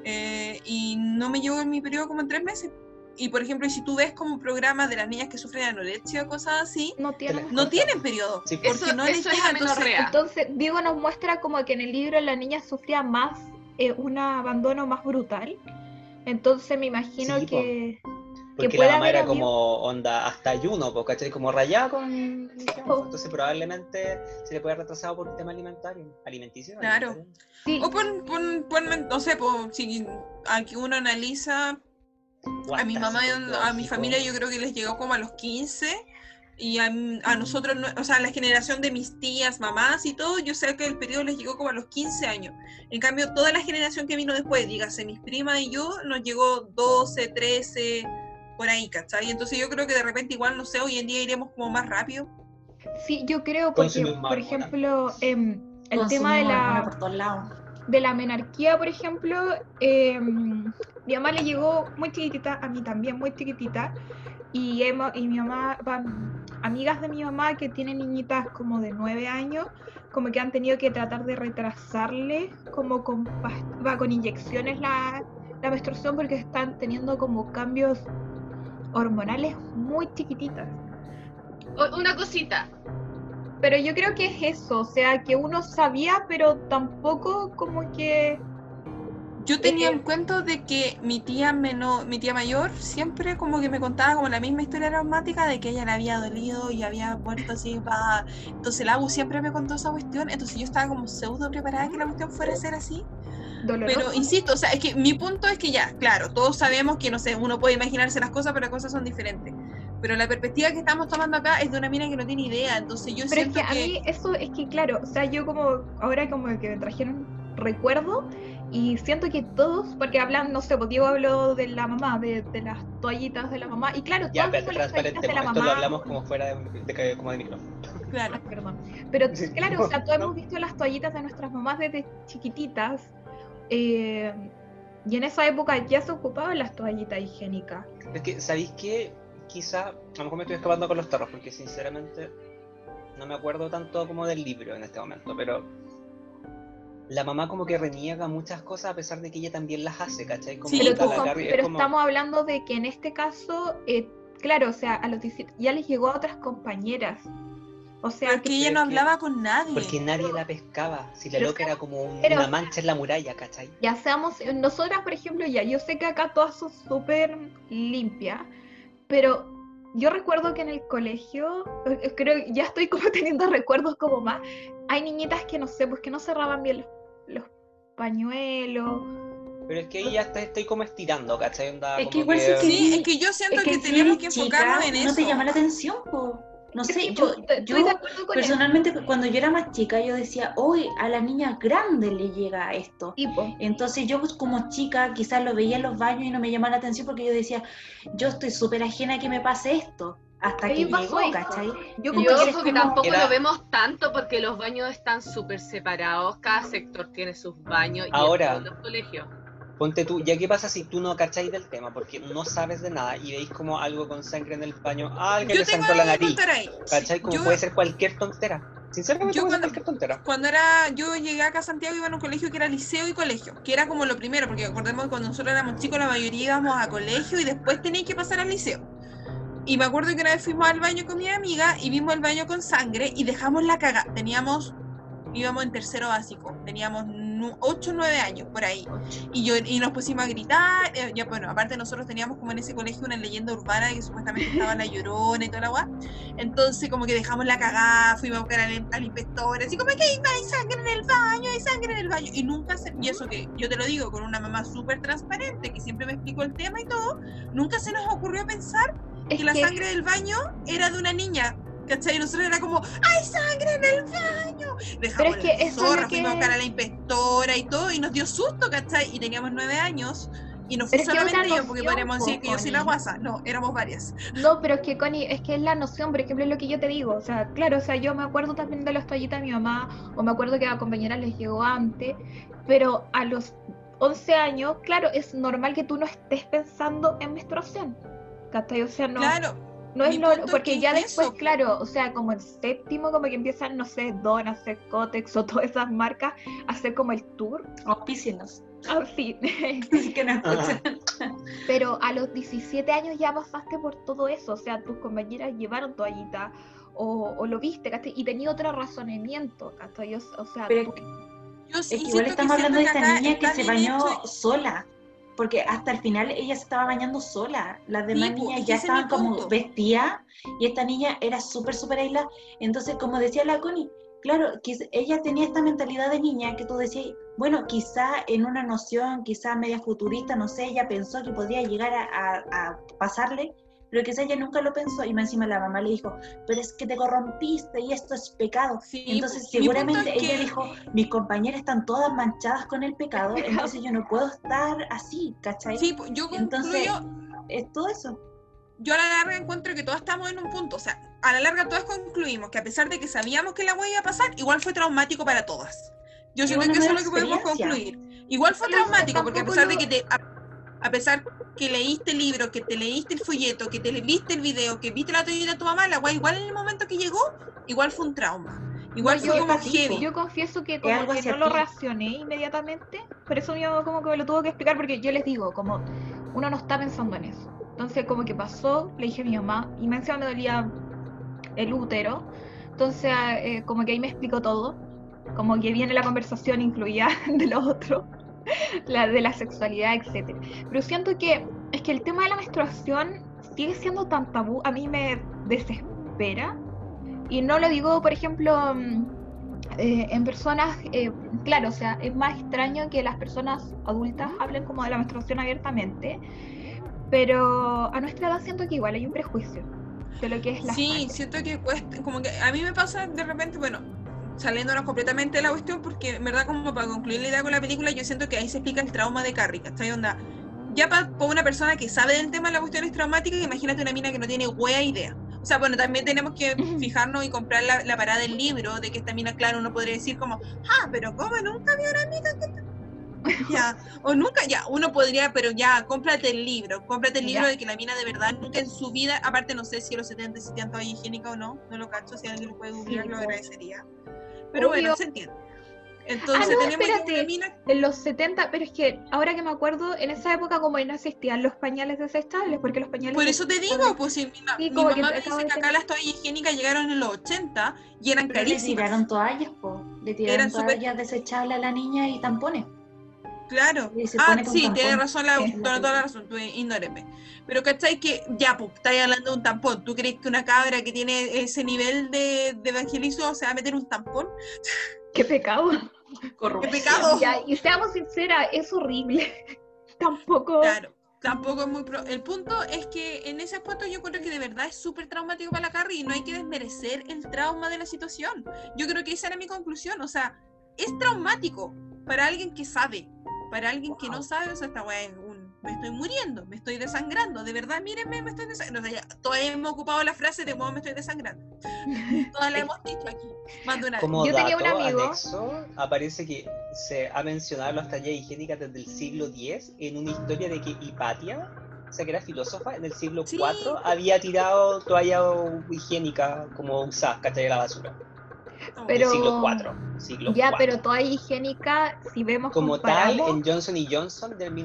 y no me llegó en mi periodo como en 3 meses. Y por ejemplo, si tú ves como programas de las niñas que sufren de anorexia o cosas así, No tienen. no tienen periodo, Sí, porque Eso- no les eso es llega. Entonces, amenorrea. Entonces, Diego nos muestra como que en el libro la niña sufría más un abandono más brutal. Entonces me imagino Sí, que porque puede la mamá haber era habido- como onda hasta ayuno, pues, ¿cachai? Como rayada con po. entonces probablemente se le puede haber retrasado por un tema alimenticio. Claro. alimentario. Sí, o ponme, no sé, si aquí uno analiza, O a mi hasta mamá, a mi psicológico. familia yo creo que les llegó como a los 15 y a nosotros, o sea, a la generación de mis tías, mamás y todo, yo sé que el periodo les llegó como a los 15 años. En cambio, toda la generación que vino después, dígase, mis primas y yo, nos llegó 12, 13, por ahí, ¿cachai? Entonces yo creo que de repente igual, no sé, hoy en día iremos como más rápido. sí, yo creo porque, Consumimos por hormonas. ejemplo, el tema Consumimos hormonas por todos lados. de la menarquía, por ejemplo, mi mamá le llegó muy chiquitita, a mí también muy chiquitita, y mi mamá, amigas de mi mamá que tienen niñitas como de 9 años, como que han tenido que tratar de retrasarle como con inyecciones la menstruación porque están teniendo como cambios hormonales muy chiquititas. Una cosita, Pero yo creo que es eso, o sea, que uno sabía, pero tampoco como que... Yo tenía el cuento de que mi tía mayor siempre como que me contaba como la misma historia traumática de que ella le había dolido y había muerto así. Entonces la Abu siempre me contó esa cuestión, entonces yo estaba como pseudo preparada que la cuestión fuera a ser así. doloroso. Pero insisto, o sea, es que mi punto es que ya, claro, todos sabemos que, no sé, uno puede imaginarse las cosas, pero las cosas son diferentes. Pero la perspectiva que estamos tomando acá es de una mina que no tiene idea, entonces yo Pero es siento que a mí eso es que, claro, o sea, yo como ahora como que me trajeron recuerdo y siento que todos, porque hablan, no sé, pues Diego habló de la mamá, de las toallitas de la mamá, y claro, Ya, todos pero vimos las toallitas de la esto lo mamá. hablamos como fuera como de micrófono. Claro. Ah, perdón. Pero Sí, claro, o sea, todos no. hemos visto las toallitas de nuestras mamás desde chiquititas. Y en esa época ya se ocupaban las toallitas higiénicas. Es que, ¿sabéis qué? Quizá, a lo mejor me estoy escapando con los tarros, porque sinceramente no me acuerdo tanto como del libro en este momento, pero la mamá como que reniega muchas cosas a pesar de que ella también las hace, ¿cachai? Como Sí, Pero, onda, po. la Carrie es pero como- estamos hablando de que en este caso, claro, o sea, a los 17 ya les llegó a otras compañeras. O sea, Porque que ella pero no es que- hablaba con nadie. Porque nadie la pescaba, si la Pero- loca era como pero- una mancha en la muralla, ¿cachai? ya seamos, nosotras, por ejemplo, ya, yo sé que acá todas son súper limpias, pero yo recuerdo que en el colegio, creo, ya estoy como teniendo recuerdos como más, hay niñitas que no sé, pues que no cerraban bien los pañuelos. Pero es que ahí ya estoy como estirando, ¿cachai? Onda, Es que como igual sí que- Sí, es que yo siento Es que si tenemos eres que enfocarnos chica, en eso. ¿no te llama la atención? Po? No sé, Sí, yo, estoy de acuerdo con eso. personalmente cuando yo era más chica yo decía, hoy a las niñas grandes le llega esto. Tipo, Entonces yo como chica quizás lo veía en los baños y no me llamaba la atención porque yo decía, yo estoy súper ajena a que me pase esto, hasta A mí que me pasó llegó, eso. ¿cachai? yo como y Entonces, ojo que como- tampoco Era- lo vemos tanto porque los baños están súper separados, cada sector tiene sus baños y Ahora- en todos los colegios. Ponte tú, ¿ya qué pasa si tú no cacháis del tema? Porque no sabes de nada y veis como algo con sangre en el paño, que Yo le tengo sangró la algo que nariz, contar ahí. ¿cachai? Como Yo- puede ser cualquier tontera. Sinceramente Yo puede ser cuando- cualquier tontera. Cuando yo llegué acá a Santiago iba a un colegio que era liceo y colegio, que era como lo primero, porque acordemos que cuando nosotros éramos chicos la mayoría íbamos a colegio y después tenías que pasar al liceo. Y me acuerdo que una vez fuimos al baño con mi amiga y vimos el baño con sangre y dejamos la cagada. Íbamos en tercero básico, teníamos 8 o 9 años por ahí. Y nos pusimos a gritar. Ya, bueno, aparte nosotros teníamos como en ese colegio una leyenda urbana de que supuestamente estaba la Llorona y toda la guay. Entonces como que dejamos la cagada, fuimos a buscar al inspector, así como que hay sangre en el baño, hay sangre en el baño. Y nunca y eso que yo te lo digo con una mamá súper transparente, que siempre me explicó el tema y todo, nunca se nos ocurrió pensar es que la que- sangre del baño era de una niña ¿cachai? Y nosotros era como, ¡hay sangre en el baño! Dejamos es que la eso es zorra, lo que- fuimos a buscar a la inspectora y todo, y nos dio susto, ¿cachai? Y teníamos 9 años, y no fue Pero es que solamente otra yo, porque noción, podríamos decir que yo soy la Connie. guasa. No, éramos varias. No, pero es que Connie, es que es la noción, por ejemplo, es lo que yo te digo, o sea, claro, o sea, yo me acuerdo también de las toallitas de mi mamá, o me acuerdo que a compañeras les llegó antes, pero a los 11 años, claro, es normal que tú no estés pensando en menstruación, ¿cachai? O sea, no, Claro, no es mi lo, punto es porque que ya es después, eso. claro, o sea, como en séptimo, como que empiezan, no sé, Donna, Cotex o todas esas marcas a hacer como el tour, Auspícienos. así. Así que no escuchan. Pero a los 17 años ya pasaste por todo eso, o sea, tus compañeras llevaron toallita o lo viste, ¿cachai? Y tenía otro razonamiento, ¿cachai? O sea, Pero tú- Yo es sí que igual siento estamos siento hablando de que esta acá niña que está se bien bañó hecho. sola, porque hasta el final ella se estaba bañando sola. Las demás Sí, po, niñas es que ya ese es mi estaban como punto. vestidas y esta niña era súper aislada. Entonces, como decía la Connie, claro, ella tenía esta mentalidad de niña que tú decías, bueno, quizá en una noción, quizá media futurista, no sé, ella pensó que podría llegar a pasarle, pero quizá ella nunca lo pensó y más encima la mamá le dijo, pero es que te corrompiste y esto es pecado. Sí, Entonces mi punto seguramente es ella que dijo, mis compañeras están todas manchadas con el pecado, entonces yo no puedo estar así, ¿cachai? sí, po, yo Entonces, concluyo, es todo eso. yo a la larga encuentro que todas estamos en un punto, o sea, a la larga todas concluimos que a pesar de que sabíamos que la wea iba a pasar, igual fue traumático para todas. Yo Es siento una que eso es nueva lo que podemos experiencia. concluir. Igual fue Pero es que traumático, porque a tampoco pesar de lo- que a pesar que leíste el libro, que te leíste el folleto, que te viste el video, que viste la toallita de tu mamá, la wea igual en el momento que llegó, igual fue un trauma. Igual No, fue como para ti, heavy. Yo confieso que Es como algo que hacia no lo ti. reaccioné inmediatamente, por eso mi mamá como que me lo tuvo que explicar, porque yo les digo, como uno no está pensando en eso. Entonces como que pasó, le dije a mi mamá, y me encima me dolía el útero, entonces como que ahí me explicó todo, como que viene la conversación incluida de lo otro, de la sexualidad, etcétera. Pero siento que es que el tema de la menstruación sigue siendo tan tabú, a mí me desespera. Y no lo digo, por ejemplo, en personas, claro, o sea, es más extraño que las personas adultas hablen como de la menstruación abiertamente, pero a nuestra edad siento que igual hay un prejuicio de lo que es la Sí, sangre. siento que cuesta, como que a mí me pasa de repente, bueno, saliéndonos completamente de la cuestión, porque en verdad como para concluir la idea con la película, yo siento que ahí se explica el trauma de Carrie, ¿cachai? Onda, ya para una persona que sabe del tema, la cuestión es traumática, imagínate una mina que no tiene wea idea. O sea, bueno, también tenemos que fijarnos y comprar la parada del libro, de que esta mina, claro, uno podría decir como, pero ¿cómo nunca vio una mina que ya, o nunca, ya, uno podría, pero ya, cómprate el libro Ya. de que la mina de verdad nunca en su vida, aparte no sé si a los 70 existían toalla higiénica o no lo cacho, si alguien lo puede googlear Sí, lo po. agradecería. Pero Obvio. bueno, se entiende. Entonces no, tenemos ya espérate. una mina. En los 70, pero es que ahora que me acuerdo, en esa época como no existían los pañales desechables, porque los pañales Por eso te digo, pues si Sí, mi como que mamá te me acabo dice de que acá tener- las toallas higiénicas llegaron en los 80 y eran Pero le carísimas. tiraron toallas, po. Le tiraron Eran súper- toallas desechables a la niña y tampones. Claro. Y se pone con Sí, tampón. tienes razón, Sí. toda la razón, tú ignóreme. Pero ¿cachai? Que ya, pues, estáis hablando de un tampón. ¿Tú crees que una cabra que tiene ese nivel de evangelismo se va a meter un tampón? ¡Qué pecado! ¡Qué Corrupción. pecado! Ya, y seamos sinceras, es horrible. Tampoco. Claro, tampoco es muy... El punto es que en ese aspecto yo creo que de verdad es súper traumático para la Carrie y no hay que desmerecer el trauma de la situación. Yo creo que esa era mi conclusión, o sea, es traumático para alguien que sabe, para alguien que no sabe, o sea, esta weá es me estoy muriendo, me estoy desangrando, de verdad, mírenme, me estoy desangrando. O sea, ya, todas hemos ocupado la frase de "Wow, me estoy desangrando". Todas la hemos dicho aquí, más de una vez. Como Yo tenía un dato amigo- anexo, aparece que se ha mencionado las toallas higiénicas desde el siglo X en una historia de que Hipatia, o sea que era filósofa, en el siglo Sí. IV había tirado toalla higiénica como usada, ¿cachai? A la basura. Pero- Del siglo IV. Siglo Ya, IV. pero toalla higiénica, si vemos Como tal, comparamos, en Johnson Johnson del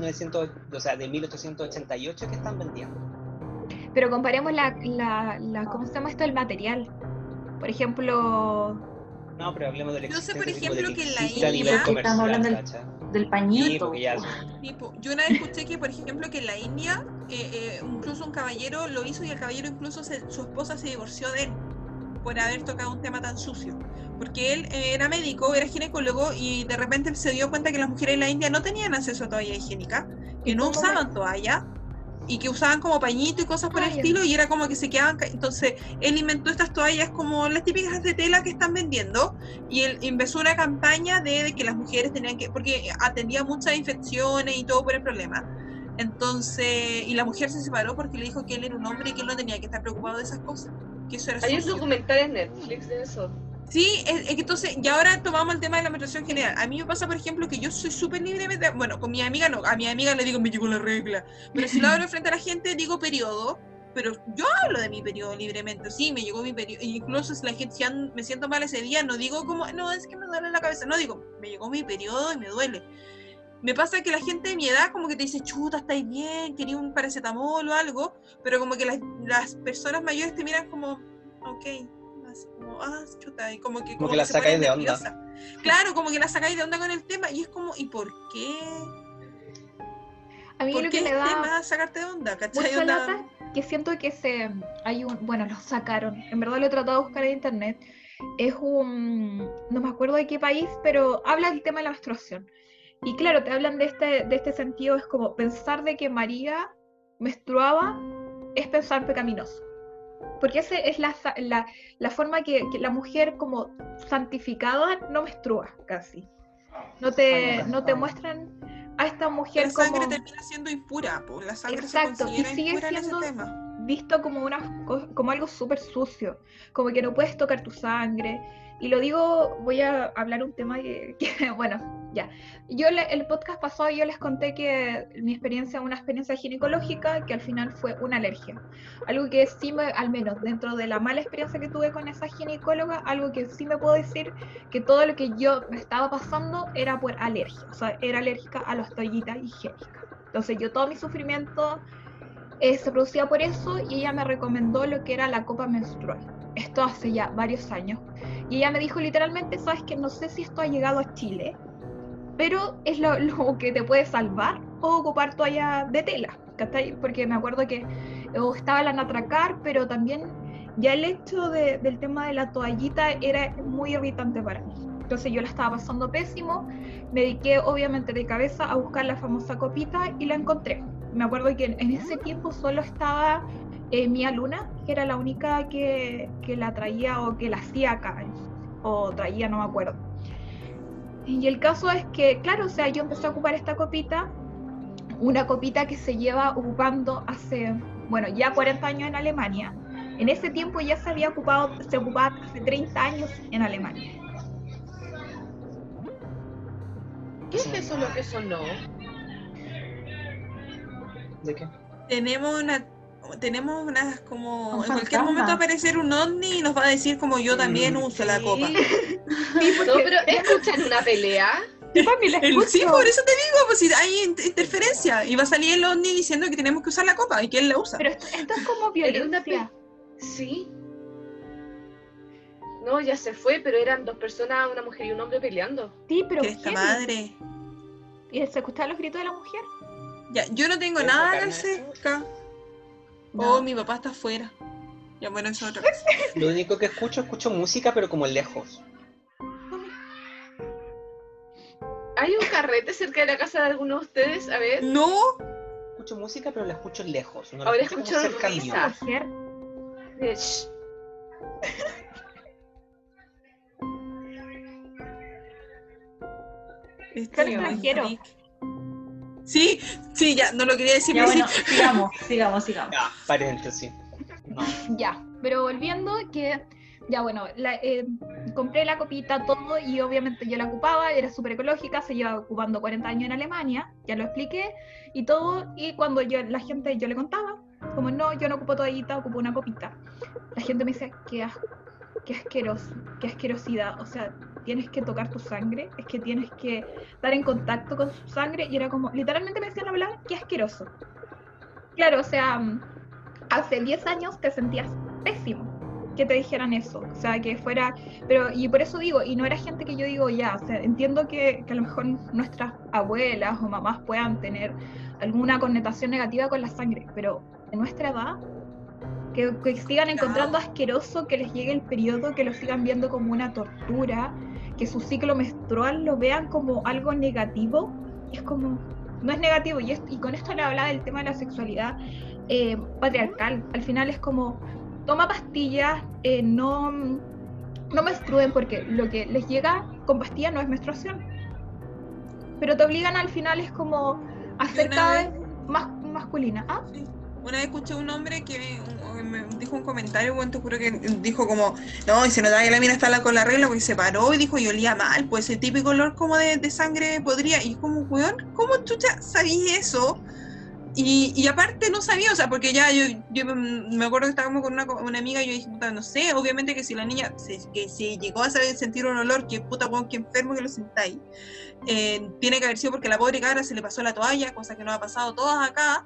1888 que están vendiendo. pero comparemos ¿cómo se llama esto? El material. Por ejemplo, No, pero hablemos del Yo sé, por existencia, como de ejemplo, que en la existe a India- nivel Porque estamos comercial, hablando ¿cachai? del Sí, pañito. porque ya Tipo, yo una vez escuché que, por ejemplo, que en la India, incluso un caballero lo hizo y el caballero incluso su esposa se divorció de él por haber tocado un tema tan sucio. Porque él era médico, era ginecólogo y de repente se dio cuenta que las mujeres en la India no tenían acceso a toalla higiénica, que ¿Y no cómo usaban toalla y que usaban como pañito y cosas por el estilo, y era como que se quedaban, entonces él inventó estas toallas como las típicas de tela que están vendiendo, y él empezó una campaña de que las mujeres tenían que, porque atendía muchas infecciones y todo por el problema. Entonces, y la mujer se separó porque le dijo que él era un hombre y que él no tenía que estar preocupado de esas cosas, que eso era Hay un sucio. documental en Netflix de eso. Sí, es que entonces, y ahora tomamos el tema de la menstruación general. A mí me pasa, por ejemplo, que yo soy súper libremente, bueno, con mi amiga no, a mi amiga le digo me llegó la regla, pero si lo hablo frente a la gente digo periodo, pero yo hablo de mi periodo libremente, sí, me llegó mi periodo, incluso si la gente, si me siento mal ese día, no digo como, no, es que me duele la cabeza, no, digo, me llegó mi periodo y me duele. Me pasa que la gente de mi edad como que te dice, chuta, estáis bien, quería un paracetamol o algo, pero como que las personas mayores te miran como, ok, así como, chuta, y como que la se sacáis ponen de nerviosa. onda. Claro, como que la sacáis de onda con el tema, y es como, ¿y por qué? A mí ¿Por lo qué que me es da tema sacarte de onda? ¿Cachai? mucha Onda... lata, que siento que bueno, lo sacaron, en verdad lo he tratado de buscar en internet, es no me acuerdo de qué país, pero habla del tema de la menstruación. Y claro, te hablan de este sentido, es como pensar de que María menstruaba es pensar pecaminoso. Porque esa es la forma que la mujer como santificada no menstrua casi. No te muestran a esta mujer la sangre como... termina siendo impura, pues la sangre Exacto, se y considera sigue impura en ese siendo tema. visto como algo súper sucio, como que no puedes tocar tu sangre. Y lo digo, voy a hablar un tema bueno, ya. El podcast pasado yo les conté que una experiencia ginecológica, que al final fue una alergia. Algo que sí al menos dentro de la mala experiencia que tuve con esa ginecóloga, algo que sí me puedo decir, que todo lo que yo me estaba pasando era por alergia. O sea, era alérgica a las toallitas higiénicas. Entonces todo mi sufrimiento se producía por eso, y ella me recomendó lo que era la copa menstrual. Esto hace ya varios años. Y ella me dijo literalmente, sabes que no sé si esto ha llegado a Chile, pero es lo que te puede salvar, o ocupar toalla de tela, ¿cachai? Porque me acuerdo que estaba la Natracar, pero también ya el hecho del tema de la toallita era muy irritante para mí. Entonces yo la estaba pasando pésimo, me dediqué obviamente de cabeza a buscar la famosa copita y la encontré. Me acuerdo que en ese tiempo solo estaba Mía Luna, que era la única que la traía o que la hacía acá, o traía, no me acuerdo. Y el caso es que, claro, o sea, yo empecé a ocupar esta copita, una copita que se lleva ocupando hace, bueno, ya 40 años en Alemania. En ese tiempo ya se ocupaba hace 30 años en Alemania. ¿Qué es eso lo que sonó? ¿De qué? Tenemos unas como Un en cualquier fantasma. momento va a aparecer un ovni y nos va a decir como yo también uso la copa. Sí, No, pero ¿escuchan una pelea? yo también la escucho. Sí, por eso te digo, pues si hay interferencia y va a salir el ovni diciendo que tenemos que usar la copa y que él la usa. Pero esto es como Era una violencia. Sí. No, ya se fue, pero eran dos personas, una mujer y un hombre peleando. Sí, pero Que esta heavy. madre. ¿Y se escuchaban los gritos de la mujer? Ya, yo no tengo ¿Es nada bacán acá cerca. No. Oh, mi papá está afuera. Ya, bueno, eso es otra cosa. Lo único que escucho música, pero como lejos. ¿Hay un carrete cerca de la casa de alguno de ustedes? A ver. No, Escucho música, pero la escucho lejos. No la Ahora escucho escucho como cerca mío. risa. Mujer. Shh. este Soy es muy extranjero. freak. Sí, ya, no lo quería decir. Ya pero bueno, sí. sigamos. Ya, paréntesis. No. Ya, pero volviendo que, ya bueno, compré la copita, todo, y obviamente yo la ocupaba, era súper ecológica, se lleva ocupando 40 años en Alemania, ya lo expliqué, y todo, y cuando yo le contaba, como no, yo no ocupo toallita, ocupo una copita, la gente me dice, qué asco, qué asqueroso, qué asquerosidad, o sea, tienes que tocar tu sangre, es que tienes que estar en contacto con su sangre, y era como, literalmente me decían la palabra, qué asqueroso. Claro, o sea, hace 10 años te sentías pésimo que te dijeran eso, o sea, que fuera, pero, y por eso digo, y no era gente que yo digo ya, o sea, entiendo que a lo mejor nuestras abuelas o mamás puedan tener alguna connotación negativa con la sangre, pero en nuestra edad, que sigan encontrando asqueroso que les llegue el periodo, que lo sigan viendo como una tortura, que su ciclo menstrual lo vean como algo negativo, es como, no es negativo, y con esto le hablaba del tema de la sexualidad, patriarcal. Al final es como, toma pastillas, no menstruen, porque lo que les llega con pastillas no es menstruación. Pero te obligan al final, es como a ser cada vez más masculina. ¿Ah? Sí. Una vez escuché un hombre que me dijo un comentario, bueno, te juro que dijo como, no, y se notaba que la mina estaba con la regla porque se paró y dijo, y olía mal, pues el típico olor como de sangre podría, y es como, weón, ¿cómo chucha sabí eso? Y aparte no sabía, o sea, porque ya yo me acuerdo que estábamos con una amiga y yo dije, puta, no sé, obviamente que si la niña que si llegó a sentir un olor, que puta, weón, que enfermo que lo sentáis, tiene que haber sido porque a la pobre cabra se le pasó la toalla, cosa que nos ha pasado todas acá.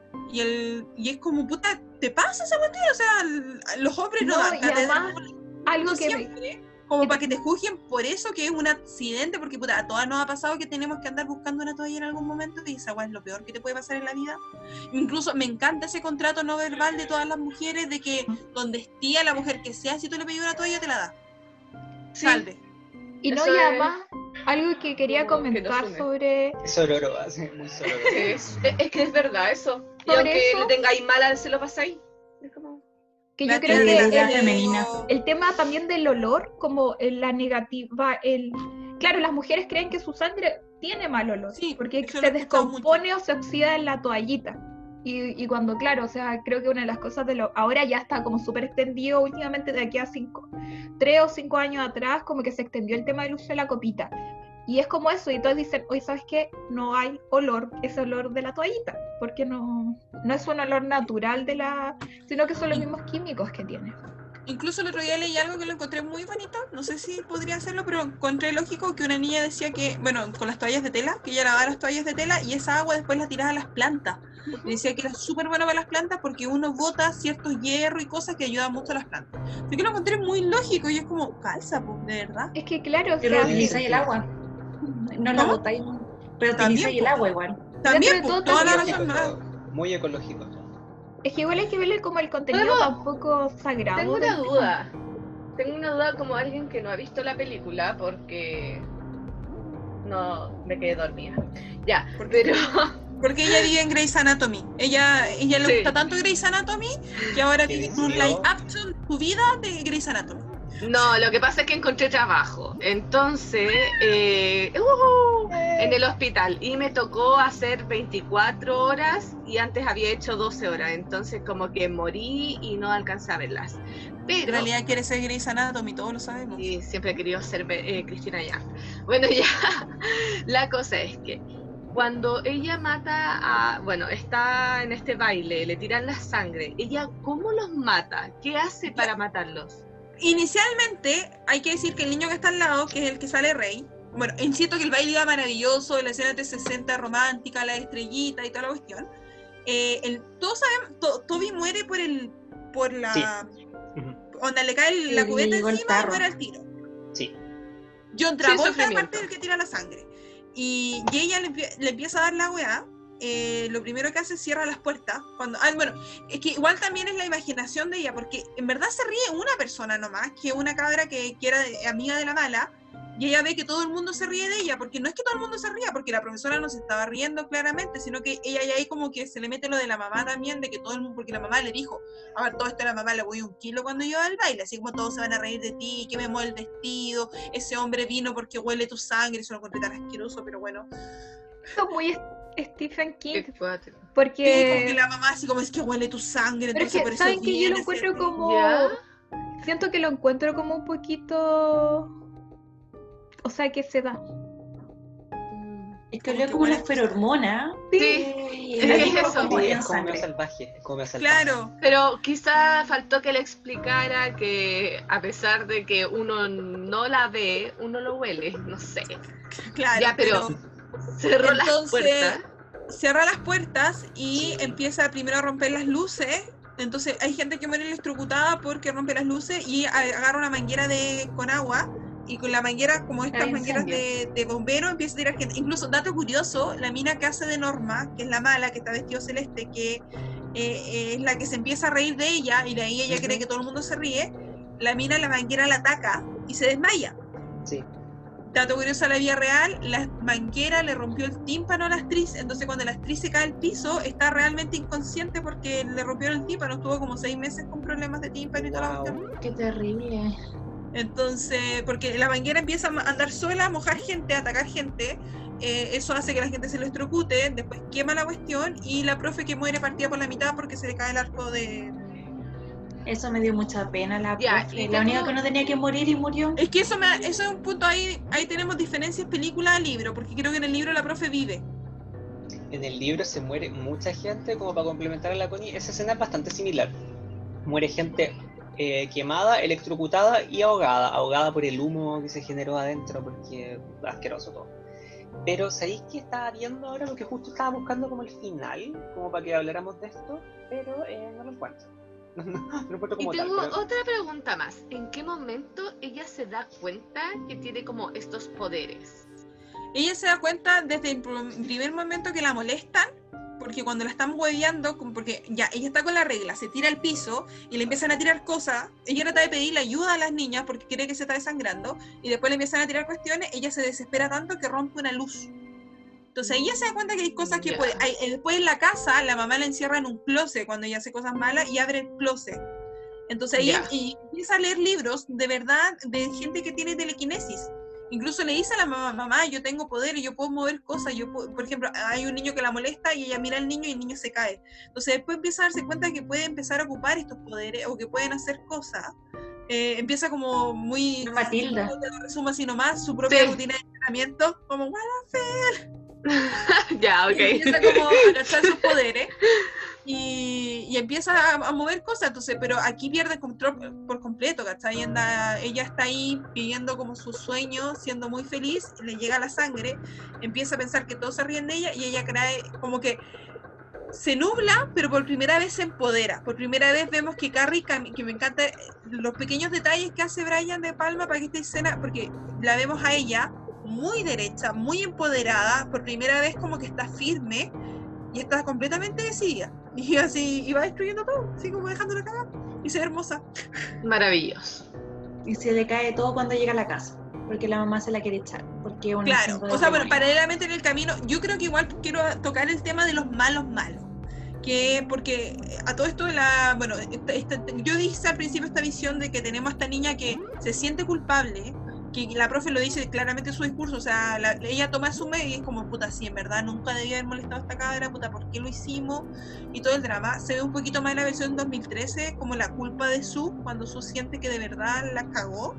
Y es como, puta, ¿te pasa esa cuestión? O sea, los hombres no dan además, algo que siempre, como para que te juzguen por eso, que es un accidente, porque puta, a todas nos ha pasado que tenemos que andar buscando una toalla en algún momento, y esa es lo peor que te puede pasar en la vida. Incluso me encanta ese contrato no verbal de todas las mujeres, de que donde esté la mujer que sea, si tú le pedís una toalla, te la da. Sí. Salve. Y no, y además, algo que quería comentar sobre... Es sororo, muy sororo. Es que es verdad eso. Y Por aunque eso- lo tengáis mala, se lo pasáis. Es como... Que La yo creo teoría que femenina. el tema también del olor, como la negativa, claro, las mujeres creen que su sangre tiene mal olor, Sí, porque eso lo se he escuchado descompone o se oxida en la toallita. Y cuando, claro, o sea, creo que una de las cosas ahora ya está como súper extendido últimamente, de aquí a 3 o 5 años atrás, como que se extendió el tema del uso de la copita. Y es como eso, y todos dicen, oye, ¿sabes qué? No hay olor, ese olor de la toallita, porque no es un olor natural sino que son los mismos químicos que tiene. Incluso el otro día leí algo que lo encontré muy bonito, no sé si podría hacerlo, pero encontré lógico que una niña decía que, bueno, con las toallas de tela, que ella lavaba las toallas de tela y esa agua después la tiraba a las plantas. Y decía que era súper bueno para las plantas porque uno bota ciertos hierros y cosas que ayudan mucho a las plantas. Así que lo encontré muy lógico y es como, calza, pues, de verdad. Es que claro, o Pero sea, utilizáis el agua. No la ¿Cómo? botáis. Pero También, utilizáis el agua igual. También, dentro de pues, todo toda la también- razón, ¿no? Muy ecológico. es que igual hay que verle como el contenido Luego, tampoco sagrado. Tengo del una tema. duda. Tengo una duda como alguien que no ha visto la película porque no me quedé dormida. Ya, pero Porque ella vive en Grey's Anatomy. Ella le Sí. gusta tanto Grey's Anatomy que ahora Que tiene un decidió- live action su vida de Grey's Anatomy. no, lo que pasa es que encontré trabajo. Entonces, en el hospital y me tocó hacer 24 horas y antes había hecho 12 horas. Entonces, como que morí y no alcancé a verlas. En Pero realidad quiere ser Grey's Anatomy, todos lo sabemos. y siempre he querido ser Cristina Yang. Bueno, ya, la cosa es que cuando ella está en este baile, le tiran la sangre, ella ¿cómo los mata? ¿Qué hace para matarlos? Inicialmente, hay que decir que el niño que está al lado, que es el que sale rey, bueno, insisto que el baile iba maravilloso, la escena de 60 romántica, la estrellita y toda la cuestión. Todos sabemos, Toby muere por la... Sí. Onda, le cae Sí, la le cubeta llegó el encima y tarro. muere al tiro. Sí. John Travolta es sufrimiento. parte del que tira la sangre. Y ella le empieza a dar la weá. Lo primero que hace es cierra las puertas. Bueno, es que igual también es la imaginación de ella, porque en verdad se ríe una persona nomás, que una cabra que era amiga de la mala, y ella ve que todo el mundo se ríe de ella, porque no es que todo el mundo se ría, porque la profesora no se estaba riendo claramente, sino que ella ya ahí como que se le mete lo de la mamá también, de que todo el mundo, porque la mamá le dijo, a ver, todo esto a la mamá le voy 1 kilo cuando yo al baile, así como todos se van a reír de ti, que me mueve el vestido, ese hombre vino porque huele tu sangre, eso lo encontré tan asqueroso, pero bueno. Esto es muy Stephen King, ¿Qué puedo hacer? Sí, como que porque... la mamá así como es que huele tu sangre, Pero es entonces que, por eso ¿saben que yo lo viene, encuentro ¿cierto? como... ¿Ya? Siento que lo encuentro como un poquito... O sea, que se da. Es que Como olía que como huele una a- feromona. Sí, Y es la que dijo eso. como Sí, en es como medio sangre. salvaje. Es como medio salvaje. Claro, pero quizá faltó que le explicara que a pesar de que uno no la ve, uno lo huele, no sé. claro, Ya, pero cerró las entonces puertas. cierra las puertas y empieza primero a romper las luces. Entonces hay gente que muere electrocutada porque rompe las luces y agarra una manguera con agua, y con la manguera, como estas Hay mangueras incendio. de bombero, empieza a tirar gente. Incluso, dato curioso, la mina que hace de Norma, que es la mala, que está vestido celeste, que es la que se empieza a reír de ella, y de ahí ella cree que todo el mundo se ríe, la mina la manguera la ataca y se desmaya. Sí. dato curioso a la vida real, la manguera le rompió el tímpano a la actriz, entonces cuando la actriz se cae al piso, está realmente inconsciente porque le rompieron el tímpano, estuvo como 6 meses con problemas de tímpano y toda la cuestión. Qué terrible. Entonces, porque la manguera empieza a andar sola, a mojar gente, a atacar gente, eso hace que la gente se electrocute, después quema la cuestión y la profe que muere partida por la mitad porque se le cae el arco de... Eso me dio mucha pena, la Ya, profe. y La única tengo- que no tenía que morir y murió. Es que eso es un punto ahí tenemos diferencias película-libro, porque creo que en el libro la profe vive. En el libro se muere mucha gente, como para complementar a la Connie, esa escena es bastante similar. Muere gente quemada, electrocutada y ahogada por el humo que se generó adentro, porque asqueroso todo. Pero ¿sabéis qué estaba viendo ahora? Porque justo estaba buscando como el final, como para que habláramos de esto, pero no lo encuentro. No lo encuentro Y como tal. tengo pero- otra pregunta más. ¿En qué momento ella se da cuenta que tiene como estos poderes? Ella se da cuenta desde el primer momento que la molestan, porque cuando la están hueveando, porque ya ella está con la regla, se tira al piso y le empiezan a tirar cosas, ella trata de pedirle ayuda a las niñas porque cree que se está desangrando, y después le empiezan a tirar cuestiones, ella se desespera tanto que rompe una luz. Entonces ella se da cuenta que hay cosas que Ya. puede... después en la casa, la mamá la encierra en un closet cuando ella hace cosas malas y abre el closet. Entonces ella Ya. y empieza a leer libros de verdad de gente que tiene telequinesis. Incluso le dice a la mamá, yo tengo poder y yo puedo mover cosas. Por ejemplo, hay un niño que la molesta y ella mira al niño y el niño se cae. Entonces después empieza a darse cuenta que puede empezar a ocupar estos poderes o que pueden hacer cosas. Empieza como muy... Matilda. Te lo resumo así nomás, su propia Sí. rutina de entrenamiento, como, bueno, Ya, ok. y empieza como a cachar sus poderes y empieza a mover cosas, entonces, pero aquí pierde control por completo, ¿cachai? Ella está ahí viviendo como su sueño, siendo muy feliz, le llega la sangre, empieza a pensar que todos se ríen de ella y ella cree como que se nubla, pero por primera vez se empodera. Por primera vez vemos que Carrie, que me encanta los pequeños detalles que hace Brian De Palma para que esta escena, porque la vemos a ella muy derecha, muy empoderada, por primera vez como que está firme y está completamente decidida. Y así, y va destruyendo todo, así como dejándola cagar. Y se ve hermosa. Maravilloso. Y se le cae todo cuando llega a la casa, porque la mamá se la quiere echar. Porque es un Claro, instinto de o sea, bueno, demonio. paralelamente en el camino, yo creo que igual quiero tocar el tema de los malos malos. Que porque a todo esto bueno, yo dije al principio esta visión de que tenemos a esta niña que se siente culpable, que la profe lo dice claramente en su discurso, o sea, ella asume y es como, puta, sí, en verdad nunca debía haber molestado a esta cabra, puta, ¿por qué lo hicimos? Y todo el drama, se ve un poquito más en la versión 2013, como la culpa de Sue, cuando Sue siente que de verdad la cagó.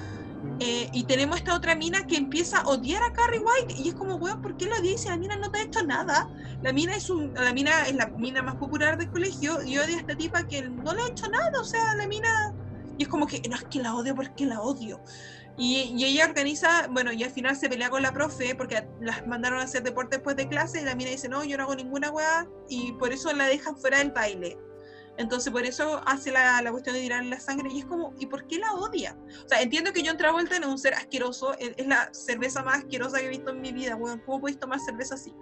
Y tenemos esta otra mina que empieza a odiar a Carrie White y es como, weón, ¿por qué lo odias si la mina no te ha hecho nada? La mina es la mina más popular del colegio y odia a esta tipa que no le ha hecho nada, o sea, la mina... Y es como que, no, es que la odio porque la odio. Y ella organiza, bueno, y al final se pelea con la profe porque las mandaron a hacer deporte después de clase y la mina dice, no, yo no hago ninguna weá, y por eso la dejan fuera del baile. Entonces por eso hace la cuestión de tirarle la sangre y es como, ¿y por qué la odia? O sea, entiendo que John Travolta no es un ser asqueroso, es la cerveza más asquerosa que he visto en mi vida, weón. ¿Cómo podéis tomar cerveza así?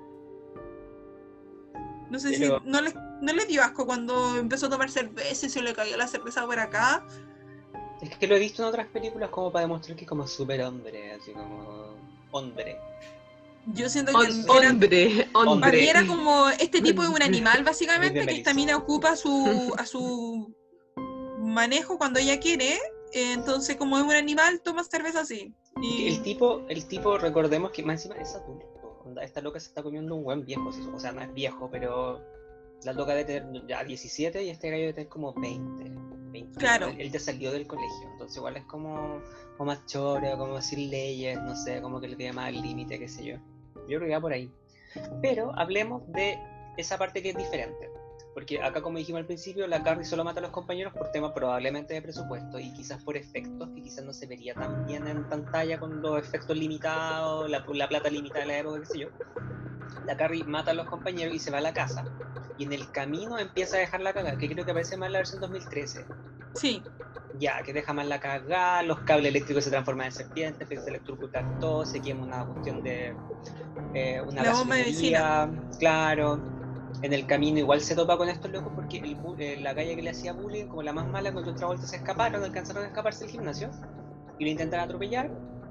No sé Pero- si no le dio asco cuando empezó a tomar cerveza y se le cayó la cerveza por acá. Es que lo he visto en otras películas como para demostrar que es como súper hombre, así como hombre. Yo siento que Hombre, para mí hombre. era como este tipo de un animal básicamente Muy de que esta mina ocupa a su manejo cuando ella quiere, entonces como es un animal toma cerveza así. Y El tipo, recordemos que más encima es adulto. Onda, esta loca se está comiendo un buen viejo, o sea, no es viejo, pero la loca debe tener ya 17 y este gallo debe tener como 20. Claro. Él ya salió del colegio, entonces igual es como más choro, como sin leyes, no sé, como que le queda más al límite, qué sé yo. Yo creo que va por ahí. Pero hablemos de esa parte que es diferente. Porque acá, como dijimos al principio, la Carrie solo mata a los compañeros por tema probablemente de presupuesto y quizás por efectos que quizás no se vería tan bien en pantalla con los efectos limitados, la plata limitada de la época, qué sé yo. La Carrie mata a los compañeros y se va a la casa. Y en el camino empieza a dejar la cagada, que creo que aparece más en la versión 2013. sí, Ya, que deja más la cagada, los cables eléctricos se transforman en serpientes, se electrocuta todo, se quema una cuestión de... una La bomba de gasolinería, claro. En el camino igual se topa con estos locos porque la calle que le hacía bullying, como la más mala, con otra vuelta se escaparon, alcanzaron a escaparse del gimnasio y lo intentan atropellar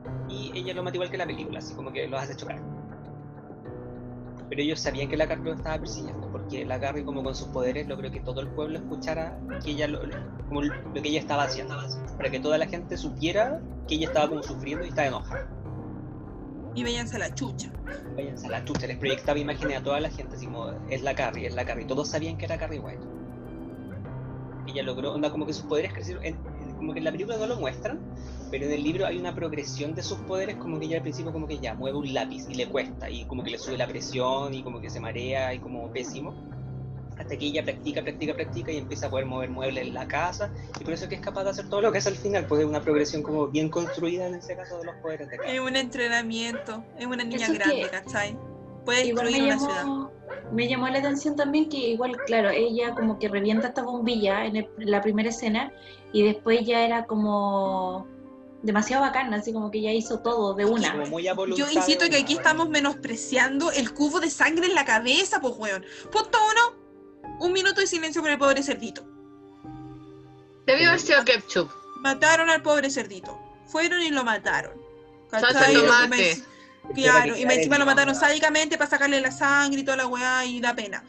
y ella lo mata igual que la película, así como que los hace chocar. Pero ellos sabían que la Carrie lo estaba persiguiendo, porque la Carrie, como con sus poderes, logró que todo el pueblo escuchara que ella como lo que ella estaba haciendo, para que toda la gente supiera que ella estaba como sufriendo y estaba enojada. Y váyanse a la chucha. Váyanse a la chucha, les proyectaba imágenes a toda la gente, así como, es la Carrie, todos sabían que era Carrie White. Ella logró, onda, como que sus poderes crecieron, como que en la película no lo muestran, pero en el libro hay una progresión de sus poderes, como que ella al principio como que ya mueve un lápiz y le cuesta, y como que le sube la presión, y como que se marea, y como pésimo, hasta que ella practica y empieza a poder mover muebles en la casa, y por eso es que es capaz de hacer todo lo que hace al final, pues es una progresión como bien construida en ese caso de los poderes de Carrie. Es un entrenamiento, es una niña Eso grande, que ¿cachai? Puede igual destruir una ciudad. me llamó la atención también que igual, claro, ella como que revienta esta bombilla en la primera escena y después ya era como demasiado bacana, así como que ya hizo todo de una. Como muy a voluntad. Yo insisto de que una, aquí estamos menospreciando el cubo de sangre en la cabeza, pues weón. Punto 1, 1 minuto de silencio por el pobre cerdito. Debió haber sido ketchup. Mataron al pobre cerdito. Fueron y lo mataron. Salsa ¿Cachai? de tomate. Claro, y encima lo mataron ¿sabes? sádicamente para sacarle la sangre y toda la weá y da pena.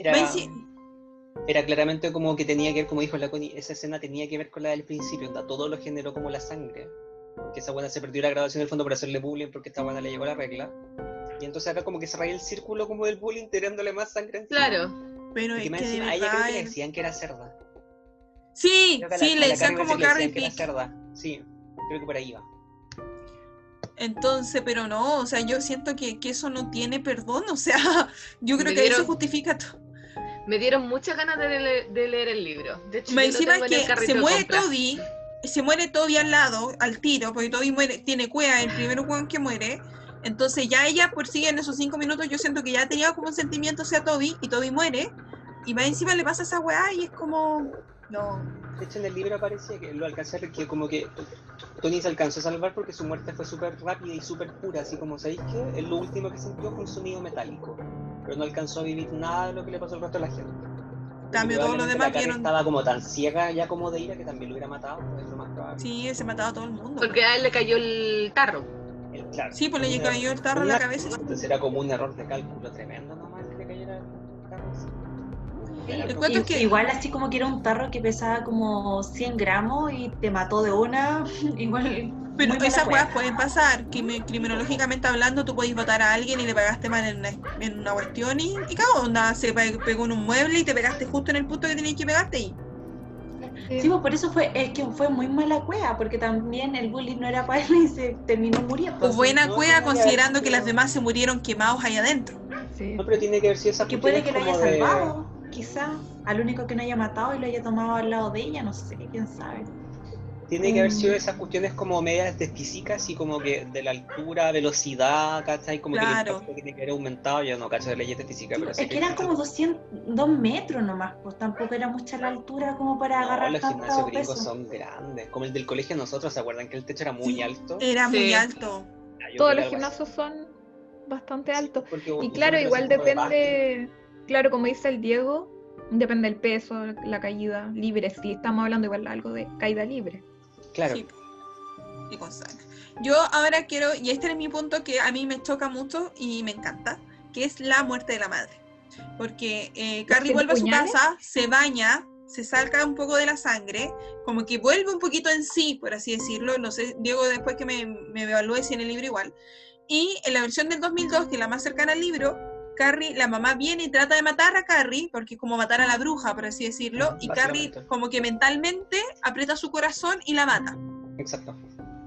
Era claramente como que tenía que ver, como dijo la Connie, esa escena tenía que ver con la del principio, onda, todo lo generó como la sangre, porque esa buena se perdió la graduación del fondo por hacerle bullying porque esta buena le llegó la regla, y entonces acá como que se raya el círculo como del bullying tirándole más sangre encima. Claro. Pero Porque es más que de encima, a ella creo que le verdad. decían que era cerda. Sí, Creo que a sí, a le la decían Carrie como le Carrie decían que era Pig. cerda. Sí, creo que por ahí va. Entonces, pero no, o sea, yo siento que eso no tiene perdón, o sea, yo creo Me que ahí se dieron- justifica todo. Me dieron muchas ganas de leer el libro. De hecho, Más yo lo encima tengo es en el que carrito se de muere compras. Toby, al lado, al tiro, porque Toby tiene cueva, el primer weón que muere. Entonces ya ella por sí en esos 5 minutos yo siento que ya tenía como un sentimiento hacia Toby y Toby muere. Y más encima le pasa esa weá y es como... No. De hecho, en el libro aparece que lo alcanzó, que como que Tony se alcanzó a salvar porque su muerte fue súper rápida y súper pura, así como, ¿sabéis qué? Lo último que sintió fue un sonido metálico, pero no alcanzó a vivir nada de lo que le pasó al resto de la gente. Cambio, todos los Probablemente demás la Carrie vieron... estaba como tan ciega ya como de ira que también lo hubiera matado, es lo más probable. Sí, se mataba a todo el mundo. Porque a él le cayó el tarro. Claro, Sí, pues le un cayó el tarro en la cabeza. Entonces era como un error de cálculo tremendo nomás que le cayera el tarro así. El cuento es que... Igual así como que era un tarro que pesaba como 100 gramos y te mató de una, igual... Pero muy mala esas wea. weas pueden pasar. Criminológicamente hablando, tú podés matar a alguien y le pegaste mal en una cuestión y cago, onda, se pegó en un mueble y te pegaste justo en el punto que tenías que pegarte y... Sí, pues por eso es que fue muy mala cueva, porque también el bullying no era para él y se terminó muriendo. O buena no, cueva no, considerando ya, que pero- las demás se murieron quemados ahí adentro. Sí. No, pero tiene que ver si esa Que puede que lo haya salvado, quizá, al único que no haya matado y lo haya tomado al lado de ella, no sé, quién sabe. Tiene que haber sido esas cuestiones como medias de físicas y como que de la altura, velocidad, ¿cachai? Como Claro. que el impacto tiene que haber aumentado. Yo no cacho de leyes de física, pero Es sé que eran como 2 metros nomás, pues tampoco era mucha la altura como para No, agarrar los gimnasios tanto gringos peso. son grandes. Como el del colegio de nosotros, ¿se acuerdan que el techo era muy Sí, alto? Era Sí. muy alto. Ah, yo Todos creo los que algo así. gimnasios son bastante Sí, altos. porque Y usualmente claro, lo hacen igual como de depende, claro, como dice el Diego, depende del peso, la caída libre. Sí, estamos hablando igual algo de caída libre. básquet. Claro. Sí. Y con sangre. Yo ahora quiero, y este es mi punto que a mí me choca mucho y me encanta, que es la muerte de la madre. Porque Carrie vuelve a su puñales? casa, se baña, se saca un poco de la sangre, como que vuelve un poquito en sí, por así decirlo. No sé, Diego, después que me evalúe si en el libro igual. Y en la versión del 2002, que es la más cercana al libro, Carrie, la mamá viene y trata de matar a Carrie, porque es como matar a la bruja, por así decirlo, y Carrie Básicamente. como que mentalmente aprieta su corazón y la mata. Exacto.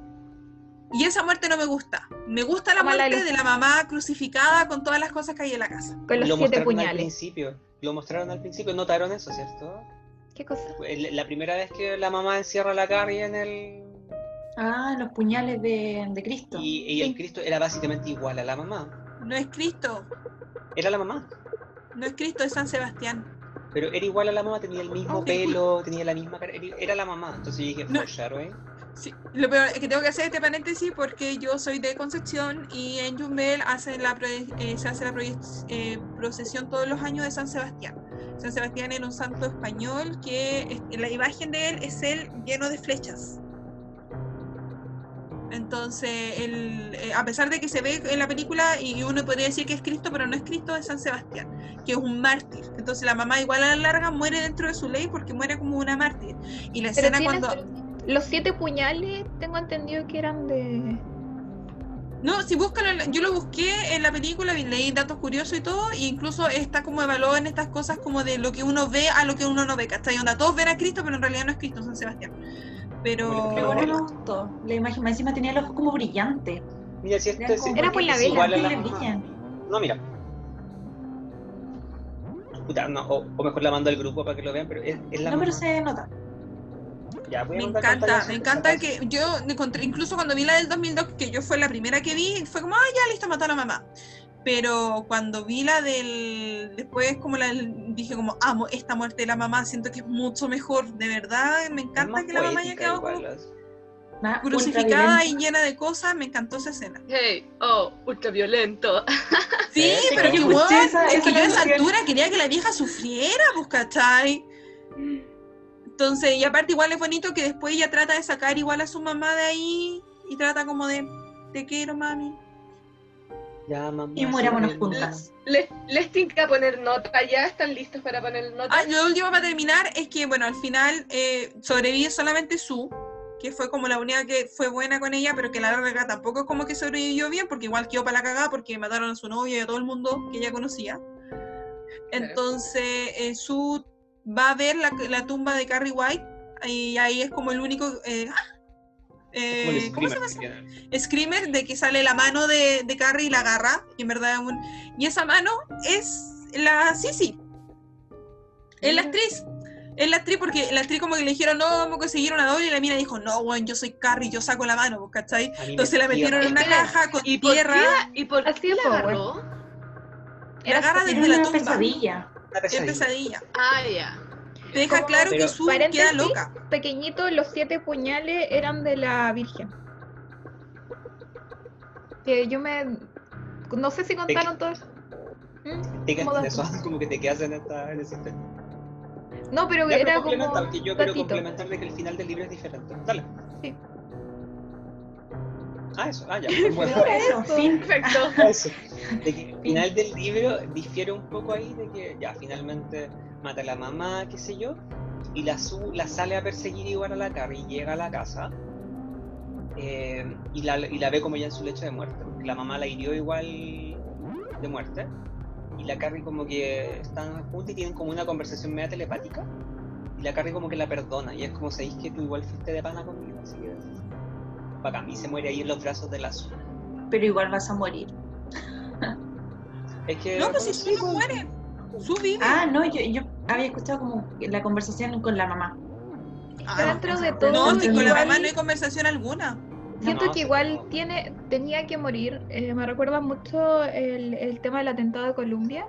Y esa muerte no me gusta. Me gusta la Como la de muerte los- de la mamá crucificada con todas las cosas que hay en la casa. Con los Lo 7 mostraron al puñales. principio. Lo mostraron al principio. ¿Notaron eso, cierto? ¿Qué cosa? La primera vez que la mamá encierra a la Carrie en el... Ah, los puñales de Cristo. Y el Cristo era básicamente igual a la mamá. No es Cristo, Era la mamá. no es Cristo, es San Sebastián. Pero era igual a la mamá, tenía el mismo Ok. pelo, tenía la misma cara, era la mamá. Entonces yo dije, No. foreshadowing. Sí, lo peor es que tengo que hacer este paréntesis porque yo soy de Concepción y en Yumbel hacen se hace la procesión todos los años de San Sebastián. San Sebastián era un santo español que la imagen de él es él lleno de flechas. Entonces, a pesar de que se ve en la película y uno podría decir que es Cristo, pero no es Cristo, es San Sebastián, que es un mártir. Entonces la mamá igual a la larga muere dentro de su ley porque muere como una mártir. Y la Pero escena cuando... los 7 puñales, tengo entendido que eran de... No, si buscan, yo lo busqué en la película, leí datos curiosos y todo, e incluso está como evaluado en estas cosas como de lo que uno ve a lo que uno no ve, ¿cachai? Onda, todos ven a Cristo, pero en realidad no es Cristo, San Sebastián. Pero... Pero bueno, me gustó. La imagen más encima tenía los ojos como brillantes. Mira, si esto Era es, como- Era por la es vela, igual a que la le mamá. brillan. No, mira. Puta, no, o mejor la mando al grupo para que lo vean, pero es la No, mamá. pero se nota. Ya, voy a Me mandar encanta pantallazo, que yo encontré, incluso cuando vi la del 2002, que yo fue la primera que vi, fue como, ya listo, mató a la mamá. Pero cuando vi la del, después como dije como, amo esta muerte de la mamá, siento que es mucho mejor, de verdad, me es encanta más que la mamá haya poética quedado igual. como Más crucificada y ultraviolenta. llena de cosas, me encantó esa escena. Hey, oh, ultraviolento. Sí, Eso. pero Es que que weón, escuché esa es que yo a esa canción. altura quería que la vieja sufriera, pues, ¿cachai? Entonces, y aparte igual es bonito que después ella trata de sacar igual a su mamá de ahí y trata como de, te quiero, mami. Ya, mamá. Y murámonos sí, juntas. Les tinca poner nota, ¿ya están listos para poner nota? Ah, lo último para terminar es que, bueno, al final sobrevive solamente Sue, que fue como la única que fue buena con ella, pero que la larga tampoco es como que sobrevivió bien, porque igual quedó para la cagada porque mataron a su novio y a todo el mundo que ella conocía. Entonces, Sue va a ver la tumba de Carrie White y ahí es como el único... Es como el ¿cómo se screamer llama? que tiene. Screamer, de que sale la mano de Carrie y la agarra, y en verdad y esa mano es la Sissy, es la actriz. Es la actriz porque la actriz como que le dijeron, no, vamos a conseguir una doble, y la mina dijo, no, bueno, yo soy Carrie, yo saco la mano, ¿cachai? A mí me Entonces la metieron en una Espera, caja con ¿Y por tierra, qué, ¿y por qué Así la fue, agarró? la agarra Era desde la una tumba. pesadilla. Una Es pesadilla. Ah, ya. Te deja Como claro que pero- Sue queda paréntesis, loca. pequeñito, los 7 puñales eran de la Virgen. Que yo me... No sé si contaron todo eso. Te Como quedas en dato. eso, como que te quedas en ese tema. No, pero Ya, era pero como complementa, que yo quiero datito. complementar de que el final del libro es diferente. Dale. Sí. Ah, eso. Ah, ya. Bueno. Pero eso, fin. Perfecto. Eso. De que el final del libro difiere un poco ahí de que ya finalmente mata a la mamá, qué sé yo, y la sale a perseguir igual a la Carrie, llega a la casa y la ve como ya en su lecho de muerte, porque la mamá la hirió igual de muerte, y la Carrie como que están juntos y tienen como una conversación media telepática, y la Carrie como que la perdona, y es como, ¿sabéis que tú igual fuiste de pana conmigo? Así que bacán, y se muere ahí en los brazos de la Sue. Pero igual vas a morir. Es que No, pues si Sue no muere. Sue vive. Ah, no, yo había escuchado como la conversación con la mamá. Pero dentro de todo, No, si con la igual mamá no hay conversación alguna. siento No, que sí, igual no. tenía que morir. Me recuerda mucho el tema del atentado de Columbia.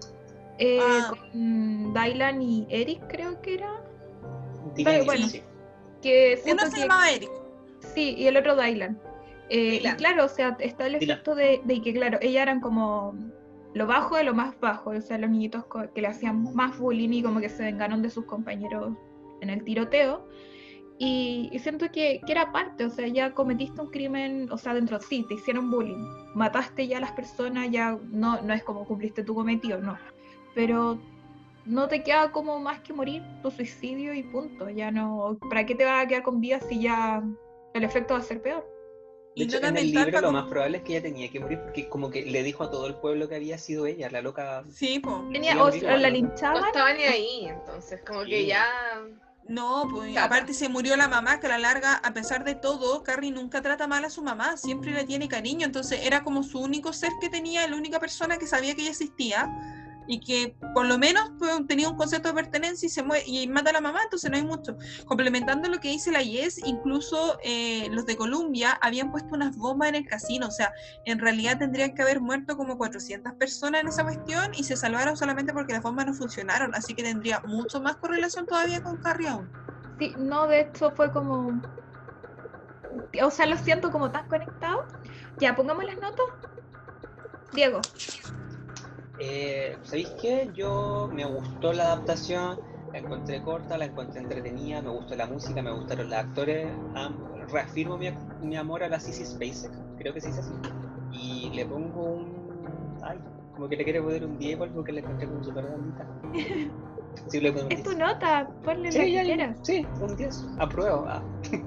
Con Dylan y Eric, creo que era. Dylan, bueno, sí. Que Uno siento se que llamaba Eric. sí, y el otro Dylan. Y Dylan. claro, o sea, está el Dylan. efecto de que, claro, ellas eran como lo bajo de lo más bajo, o sea, los niñitos que le hacían más bullying y como que se vengaron de sus compañeros en el tiroteo. Y siento que era parte, o sea, ya cometiste un crimen, o sea, dentro de sí, te hicieron bullying, mataste ya a las personas, ya no es como cumpliste tu cometido, no. Pero no te queda como más que morir, tu suicidio y punto. Ya no, ¿para qué te vas a quedar con vida si ya el efecto va a ser peor? De Y hecho, no en me el libro encanta lo como... más probable es que ella tenía que morir porque como que le dijo a todo el pueblo que había sido ella, la loca. Sí, po. Tenía, iba a o morir la igual, ¿no? No linchaban, estaba ni ahí, entonces como que Sí. ya... No, pues Cata. aparte se murió la mamá, que a la larga, a pesar de todo, Carrie nunca trata mal a su mamá, siempre le tiene cariño, entonces era como su único ser que tenía, la única persona que sabía que ella existía y que por lo menos pues, tenía un concepto de pertenencia y se muere y mata a la mamá, entonces no hay mucho. Complementando lo que dice la Yes, incluso los de Columbia habían puesto unas bombas en el casino, o sea, en realidad tendrían que haber muerto como 400 personas en esa cuestión y se salvaron solamente porque las bombas no funcionaron, así que tendría mucho más correlación todavía con Carrie aún. sí, no, de hecho fue como, o sea, lo siento como tan conectado. Ya, pongamos las notas. Diego, ¿Sabéis qué? Me gustó la adaptación, la encontré corta, la encontré entretenida, me gustó la música, me gustaron los actores, reafirmo mi amor a la Sissy Spacek, creo que se dice así. Y le pongo un... Ay, como que le quiero poner un 10 igual porque le encontré como súper bonita. Sí, le pongo un Es tu 10. nota, ponle lo que quieras. Sí, un 10. Apruebo. Ah.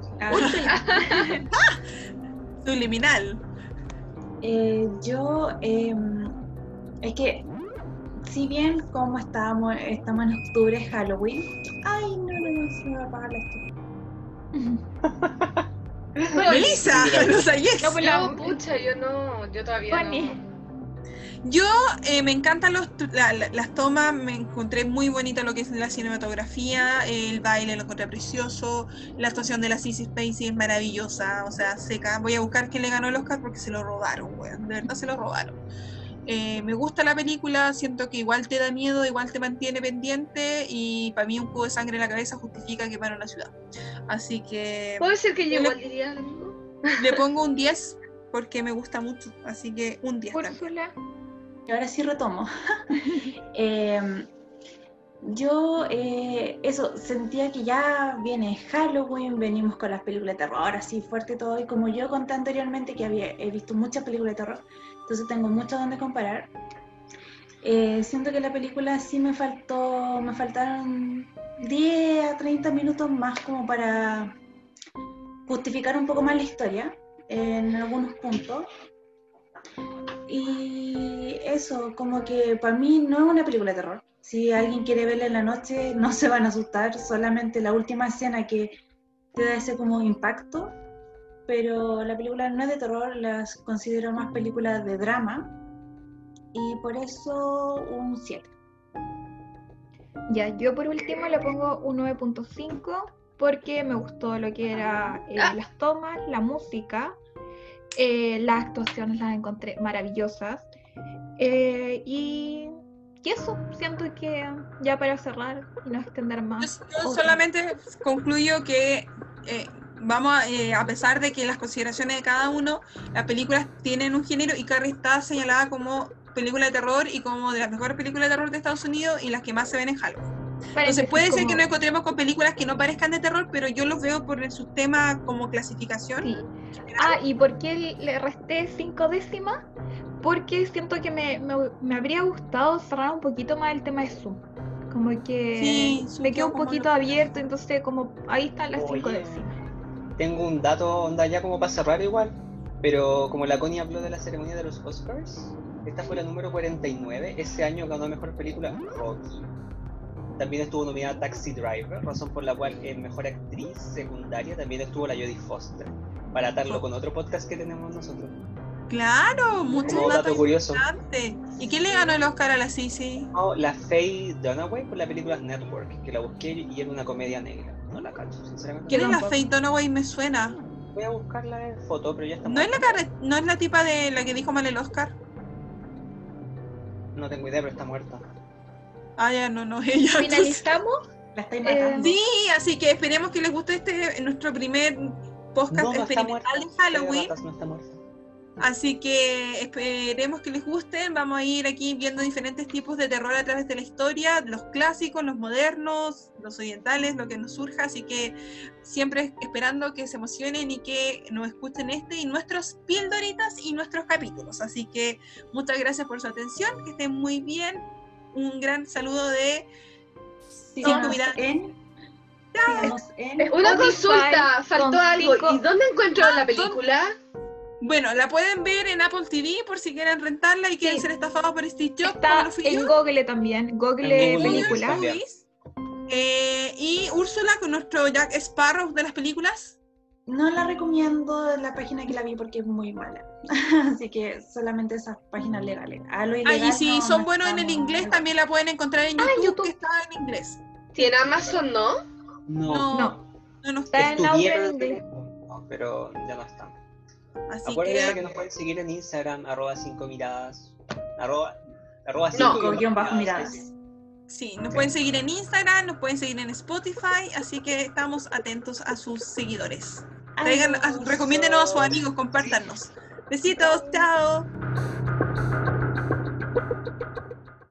Subliminal. Yo, es que, si bien como estamos en octubre, es Halloween. Ay, no, se me va a apagar la estufa. Melissa, no sabías. No, pues No, pucha, yo todavía Bonnie. no. Yo me encantan las tomas, me encontré muy bonita lo que es la cinematografía, el baile lo encontré precioso, la actuación de la Sissy Spacek es maravillosa, o sea, seca. Voy a buscar quién le ganó el Oscar porque se lo robaron, weón, de verdad se lo robaron. Me gusta la película, siento que igual te da miedo, igual te mantiene pendiente y para mí un cubo de sangre en la cabeza justifica quemar una ciudad. Así que ¿Puede ser que yo yo igual diría lo mismo? le pongo un 10 porque me gusta mucho, así que un 10 también. Úrsula. Y ahora sí retomo. Yo eso, sentía que ya viene Halloween, venimos con las películas de terror así fuerte y todo, y como yo conté anteriormente que he visto muchas películas de terror, entonces tengo mucho donde comparar. Siento que la película sí me faltaron 10 a 30 minutos más como para justificar un poco más la historia en algunos puntos. Y eso, como que para mí no es una película de terror. Si alguien quiere verla en la noche, no se van a asustar, solamente la última escena que te da ese como impacto. Pero la película no es de terror, las considero más películas de drama. Y por eso un 7. Ya, yo por último le pongo un 9.5 porque me gustó lo que era las tomas, la música, las actuaciones las encontré maravillosas. Y eso, siento que ya para cerrar y no extender más. Yo solamente concluyo que vamos a pesar de que las consideraciones de cada uno, las películas tienen un género y Carrie está señalada como película de terror y como de las mejores películas de terror de Estados Unidos y las que más se ven en Halloween. Entonces puede ser que nos encontremos con películas que no parezcan de terror, pero yo los veo por el sistema como clasificación. Sí. ¿Y por qué le resté 5 décimas? Porque siento que me habría gustado cerrar un poquito más el tema de Zoom. Como que Sí, me quedó un poquito abierto, entonces como ahí están las 5 décimas. Tengo un dato onda ya como para cerrar igual, pero como la Connie habló de la ceremonia de los Oscars, esta fue la número 49, ese año ganó mejor película Rocky. También estuvo nominada Taxi Driver, razón por la cual en mejor actriz secundaria también estuvo la Jodie Foster, para atarlo con otro podcast que tenemos nosotros. Claro, muchos Como dato curioso. ¿Y quién le ganó el Oscar a la Sissy? No, la Faye Dunaway por la película Network, que la busqué y era una comedia negra. No la cacho, sinceramente. ¿Quién es la Faye Dunaway? Me suena. Voy a buscarla en foto, pero ya está. ¿No es la tipa de la que dijo mal el Oscar? No tengo idea, pero está muerta. Ah, ya, no, ella. ¿Finalizamos? La estáis matando. Sí, así que esperemos que les guste nuestro primer podcast experimental de Halloween. No está muerta. Así que esperemos que les gusten. Vamos a ir aquí viendo diferentes tipos de terror a través de la historia, los clásicos, los modernos, los orientales, lo que nos surja. Así que siempre esperando que se emocionen y que nos escuchen y nuestros pildoritas y nuestros capítulos. Así que muchas gracias por su atención, que estén muy bien. Un gran saludo de Sigamos 5 miradas. Una consulta, faltó algo. ¿Y dónde encuentro la película? Bueno, la pueden ver en Apple TV por si quieren rentarla y quieren ser estafados por Steve Jobs. Está en Google también, Google Película. Y Úrsula con nuestro Jack Sparrow de las películas. No la recomiendo la página que la vi porque es muy mala. Así que solamente esas páginas legales. Y si son buenos en el inglés, también la pueden encontrar en YouTube, que está en inglés. ¿Si en Amazon no? No está en audio en inglés. No, pero ya no está. Así acuérdense que nos pueden seguir en Instagram, @5miradas, @5_miradas. Sí, nos pueden seguir en Instagram, nos pueden seguir en Spotify, así que estamos atentos a sus seguidores. Recomiéndenos a sus amigos, compártanos. Besitos, chao.